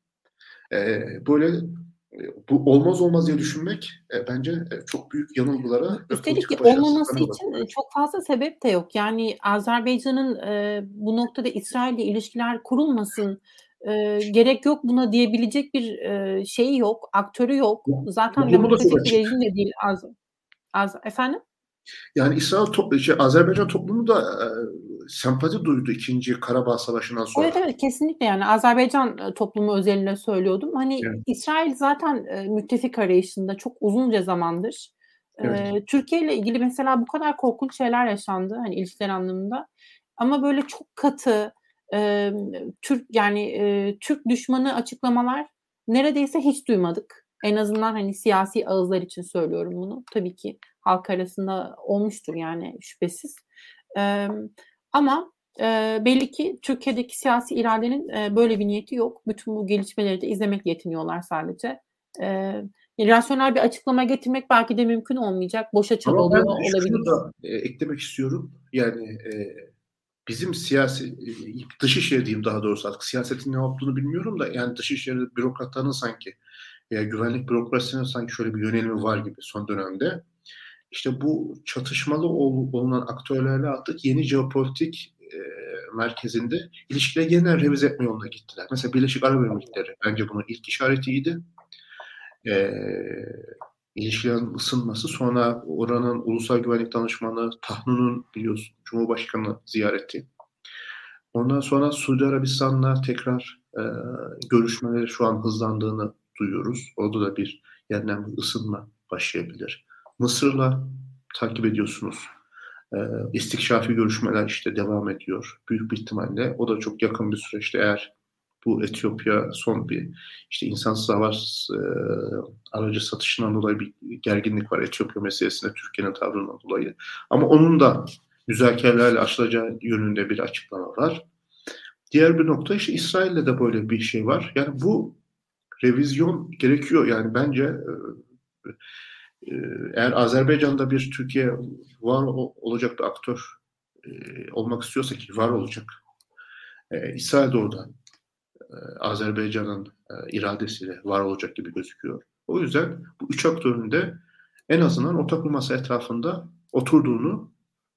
böyle bu olmaz diye düşünmek bence çok büyük yanılgılara ve üstelik politika olmaması başarısızlıklarına için bakıyor. çok fazla sebep de yok. Yani Azerbaycan'ın bu noktada İsrail'le ilişkiler kurulmasın, gerek yok buna diyebilecek bir şeyi yok, aktörü yok. Zaten Toplumu da çok demokratik bir açık. rejim de değil efendim? Yani Azerbaycan toplumu da sempati duydu 2. Karabağ Savaşı'ndan Evet, sonra. evet, kesinlikle yani Azerbaycan toplumu özelinde söylüyordum. Hani Evet, İsrail zaten müttefik arayışında çok uzunca zamandır. evet. Türkiye ile ilgili mesela bu kadar korkunç şeyler yaşandı hani ilişkiler anlamında. Ama böyle çok katı Türk düşmanı açıklamalar neredeyse hiç duymadık. En azından hani siyasi ağızlar için söylüyorum bunu. Tabii ki halk arasında olmuştur yani şüphesiz. Ama belli ki Türkiye'deki siyasi iradenin böyle bir niyeti yok. Bütün bu gelişmeleri de izlemekle yetiniyorlar sadece. Rasyonel bir açıklama getirmek belki de mümkün olmayacak. Boşa Ama çabalıyor ben şunu olabilir. da eklemek istiyorum. Yani bizim siyasi dışişleri diyeyim daha doğrusu artık siyasetin ne olduğunu bilmiyorum da yani dışişleri bürokratlarının sanki veya güvenlik bürokrasisinin sanki şöyle bir yönelimi var gibi son dönemde. İşte bu çatışmalı olunan aktörlerle artık yeni jeopolitik merkezinde ilişkileri yeniden revize etme yoluna gittiler. Mesela Birleşik Arap Emirlikleri bence bunun ilk işaretiydi. İlişkilerin ısınması, sonra oranın Ulusal Güvenlik Danışmanı Tahnu'nun biliyorsun Cumhurbaşkanı ziyareti. Ondan sonra Suudi Arabistan'la tekrar görüşmeleri şu an hızlandığını duyuyoruz. Orada da bir yeniden bir ısınma başlayabilir. Mısır'la takip ediyorsunuz. İstikşafi görüşmeler işte devam ediyor. Büyük bir ihtimalle o da çok yakın bir süreçte eğer bu Etiyopya son bir işte insansız hava aracı satışından dolayı bir gerginlik var Etiyopya meselesinde Türkiye'nin tavrından dolayı. Ama onun da müzakerelerle aşılacağı yönünde bir açıklama var. Diğer bir nokta işte İsrail'le de böyle bir şey var. Yani bu revizyon gerekiyor. Yani bence eğer Azerbaycan'da bir Türkiye var olacak bir aktör olmak istiyorsa ki var olacak. İsrail de orada Azerbaycan'ın iradesiyle var olacak gibi gözüküyor. O yüzden bu üç aktörün de en azından ortak bir masa etrafında oturduğunu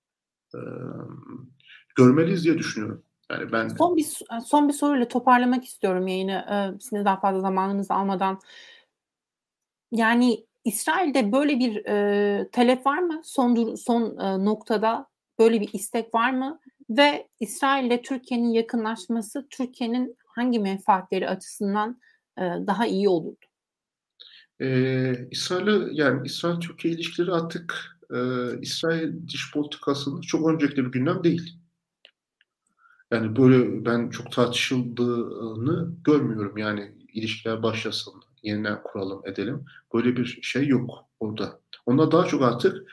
görmeliyiz diye düşünüyorum. Yani ben son bir soruyla toparlamak istiyorum yayını. Sizin daha fazla zamanınızı almadan. Yani İsrail'de böyle bir talep var mı? Son noktada böyle bir istek var mı? Ve İsrail'le Türkiye'nin yakınlaşması Türkiye'nin hangi menfaatleri açısından daha iyi olurdu? İsrail-Türkiye ilişkileri artık İsrail dış politikasının çok öncelikli bir gündem değil. Yani böyle ben çok tartışıldığını görmüyorum. Yani ilişkiler başlasın, yeniden kuralım, edelim. Böyle bir şey yok orada. Onlar daha çok artık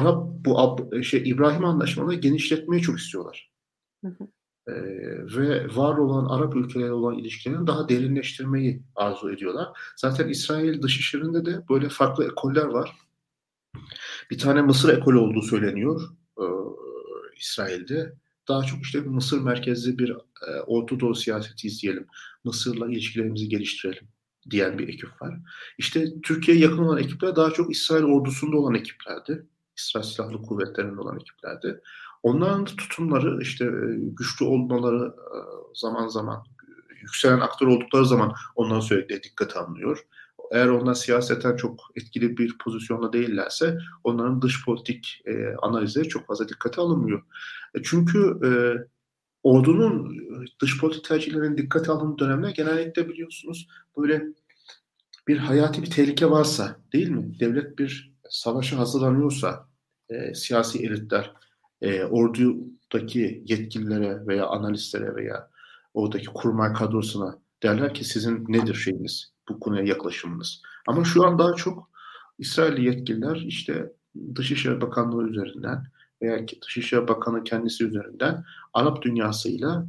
İbrahim Anlaşmaları genişletmeyi çok istiyorlar. Hı hı. Ve var olan Arap ülkeleri olan ilişkilerini daha derinleştirmeyi arzu ediyorlar. Zaten İsrail dışişlerinde de böyle farklı ekoller var. Bir tane Mısır ekolü olduğu söyleniyor İsrail'de. Daha çok işte Mısır merkezli bir Orta Doğu siyaseti izleyelim. Mısır'la ilişkilerimizi geliştirelim diyen bir ekip var. İşte Türkiye'ye yakın olan ekipler daha çok İsrail ordusunda olan ekiplerdi. İsrail Silahlı Kuvvetleri'nde olan ekiplerdi. Onların da tutumları işte güçlü olmaları zaman zaman yükselen aktör oldukları zaman ondan sürekli dikkate alınıyor. Eğer onlar siyaseten çok etkili bir pozisyonda değillerse onların dış politik analizleri çok fazla dikkate alınmıyor. Çünkü ordunun dış politik tercihlerinin dikkate alındığı dönemler genellikle biliyorsunuz böyle bir hayati bir tehlike varsa değil mi? Devlet bir savaşa hazırlanıyorsa siyasi elitler ordudaki yetkililere veya analistlere veya oradaki kurmay kadrosuna derler ki sizin nedir şeyiniz, bu konuya yaklaşımınız. Ama şu an daha çok İsrailli yetkililer işte Dışişleri Bakanlığı üzerinden veya Dışişleri Bakanı kendisi üzerinden Arap dünyasıyla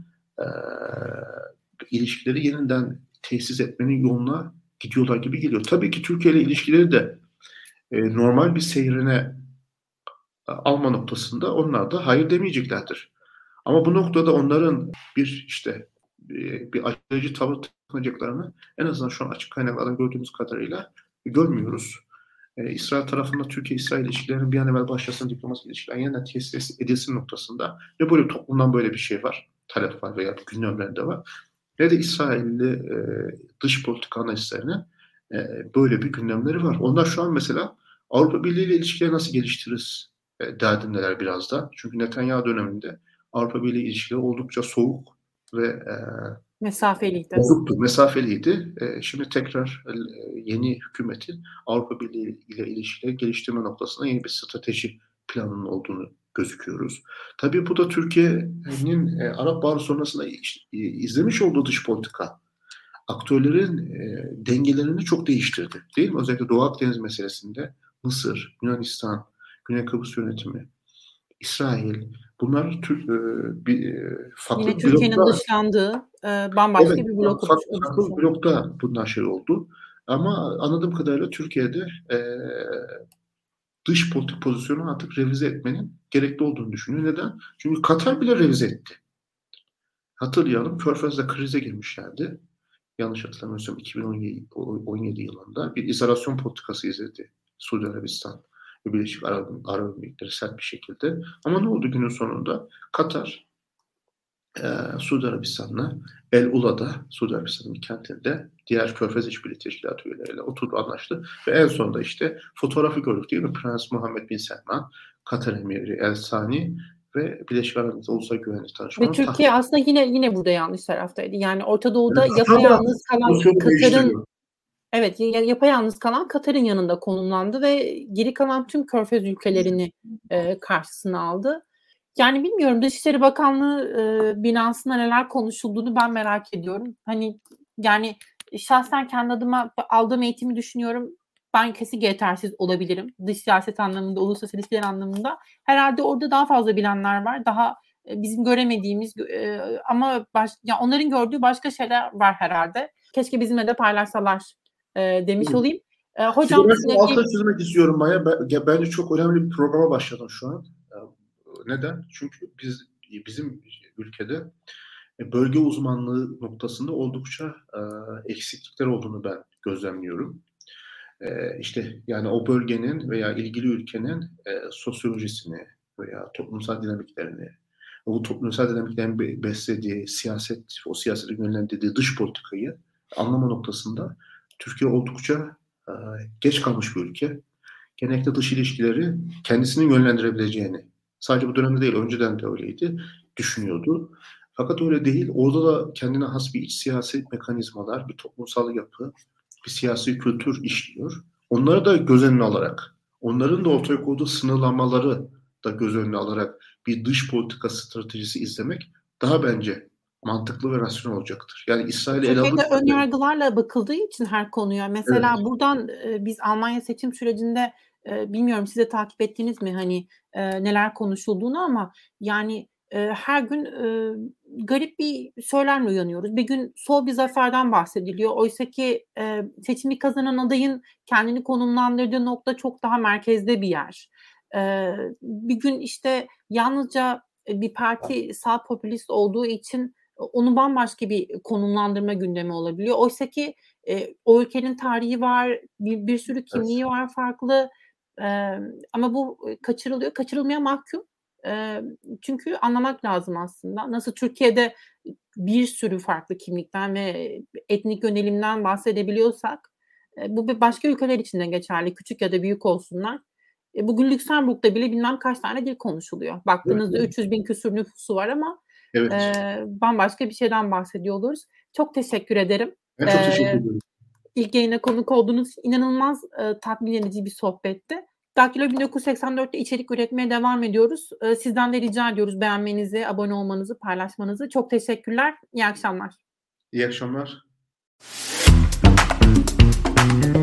ilişkileri yeniden tesis etmenin yoluna gidiyorlar gibi geliyor. Tabii ki Türkiye ile ilişkileri de normal bir seyrine alma noktasında onlar da hayır demeyeceklerdir. Ama bu noktada onların bir aceleci tavır takınacaklarını en azından şu an açık kaynaklardan gördüğümüz kadarıyla görmüyoruz. İsrail tarafında Türkiye-İsrail ilişkilerinin bir an evvel başlasın, diplomatik ilişkiler yeniden tesis edilsin noktasında ne böyle toplumdan böyle bir şey var, talep var veya gündemlerinde var. Ne de İsrailli dış politika analistlerinin böyle bir gündemleri var. Onlar şu an mesela Avrupa Birliği ile ilişkileri nasıl geliştiririz derdindeler biraz da. Çünkü Netanyahu döneminde Avrupa Birliği ilişkileri oldukça soğuk ve mesafeliydi. Mesafeliydi. Şimdi tekrar yeni hükümetin Avrupa Birliği ile ilişkileri geliştirme noktasında yeni bir strateji planının olduğunu gözüküyoruz. Tabii bu da Türkiye'nin Arap Baharı sonrasında izlemiş olduğu dış politika aktörlerin dengelerini çok değiştirdi. Değil mi? Özellikle Doğu Akdeniz meselesinde Mısır, Yunanistan, Güney Kıbrıs yönetimi, İsrail bunlar farklı yine Türkiye'nin dışlandığı bambaşka bir blok farklı blokta bunlar şey oldu. Ama anladığım kadarıyla Türkiye'de dış politik pozisyonu artık revize etmenin gerekli olduğunu düşünüyor. Neden? Çünkü Katar bile revize etti. Hatırlayalım, Körfez'de krize girmişlerdi. Yanlış hatırlamıyorsam 2017 yılında bir izolasyon politikası izledi Suudi Arabistan ve Birleşik Arap Emirlikleri sert bir şekilde. Ama ne oldu günün sonunda? Katar, Suudi Arabistan'la El Ula'da, Suudi Arabistan'ın bir kentinde diğer Körfez İşbirliği Teşkilatı üyeleriyle oturdu, anlaştı. Ve en sonunda işte fotoğrafı gördük değil mi? Prens Muhammed Bin Selman, Katar Emiri El Sani ve Birleşik Arap Emirlikleri Ulusal Güvenlik Danışmanı. Ve Türkiye aslında yine burada yanlış taraftaydı. Yani Orta Doğu'da Evet, yapayalnız kalan Katar'ın evet, yapayalnız kalan Katar'ın yanında konumlandı ve geri kalan tüm Körfez ülkelerini karşısına aldı. Yani bilmiyorum, Dışişleri Bakanlığı binasında neler konuşulduğunu ben merak ediyorum. Hani yani şahsen kendi adıma aldığım eğitimi düşünüyorum. Ben kesinlikle yetersiz olabilirim. Dış siyaset anlamında, uluslararası ilişkiler anlamında. Herhalde orada daha fazla bilenler var. Daha bizim göremediğimiz ama onların gördüğü başka şeyler var herhalde. Keşke bizimle de paylaşsalar demiş olayım. Hocam, ben altına çizmek istiyorum Maya. Bence çok önemli bir programa başladın şu an. Neden? Çünkü bizim ülkede bölge uzmanlığı noktasında oldukça eksiklikler olduğunu ben gözlemliyorum. İşte yani o bölgenin veya ilgili ülkenin sosyolojisini veya toplumsal dinamiklerini, o toplumsal dinamiklerin beslediği siyaset, o siyasetin yönlendirdiği dış politikayı anlama noktasında Türkiye oldukça geç kalmış bir ülke. Genellikle dış ilişkileri kendisinin yönlendirebileceğini, sadece bu dönemde değil, önceden de öyleydi, düşünüyordu. Fakat öyle değil. Orada da kendine has bir iç siyasi mekanizmalar, bir toplumsal yapı, bir siyasi kültür işliyor. Onları da göz önüne alarak, onların da ortaya koyduğu sınırlamaları da göz önüne alarak bir dış politika stratejisi izlemek daha bence mantıklı ve rasyonel olacaktır. Yani İsrail'i ele Türkiye'de alırken önyargılarla bakıldığı için her konuya. Mesela evet, buradan biz Almanya seçim sürecinde bilmiyorum size takip ettiniz mi hani neler konuşulduğunu, ama yani her gün garip bir söylemle uyanıyoruz. Bir gün sol bir zaferden bahsediliyor. Oysa ki seçimi kazanan adayın kendini konumlandırdığı nokta çok daha merkezde bir yer. Bir gün işte yalnızca bir parti sağ popülist olduğu için onu bambaşka bir konumlandırma gündemi olabiliyor. Oysa ki o ülkenin tarihi var, bir sürü kimliği evet. var farklı. Ama bu kaçırılıyor, kaçırılmaya mahkum. Çünkü anlamak lazım aslında. Nasıl Türkiye'de bir sürü farklı kimlikten ve etnik yönelimden bahsedebiliyorsak, bu başka ülkeler için de geçerli. Küçük ya da büyük olsunlar. Bugün Lüksemburg'da bile bilmem kaç tane dil konuşuluyor. Baktığınızda Evet. 300 bin küsur nüfusu var ama Evet. bambaşka bir şeyden bahsediyoruz. Çok teşekkür ederim. Ben çok teşekkür ederim. İlk yayına konuk olduğunuz için inanılmaz tatmin edici bir sohbetti. Daktilo 1984'te içerik üretmeye devam ediyoruz. Sizden de rica ediyoruz beğenmenizi, abone olmanızı, paylaşmanızı. Çok teşekkürler. İyi akşamlar. İyi akşamlar.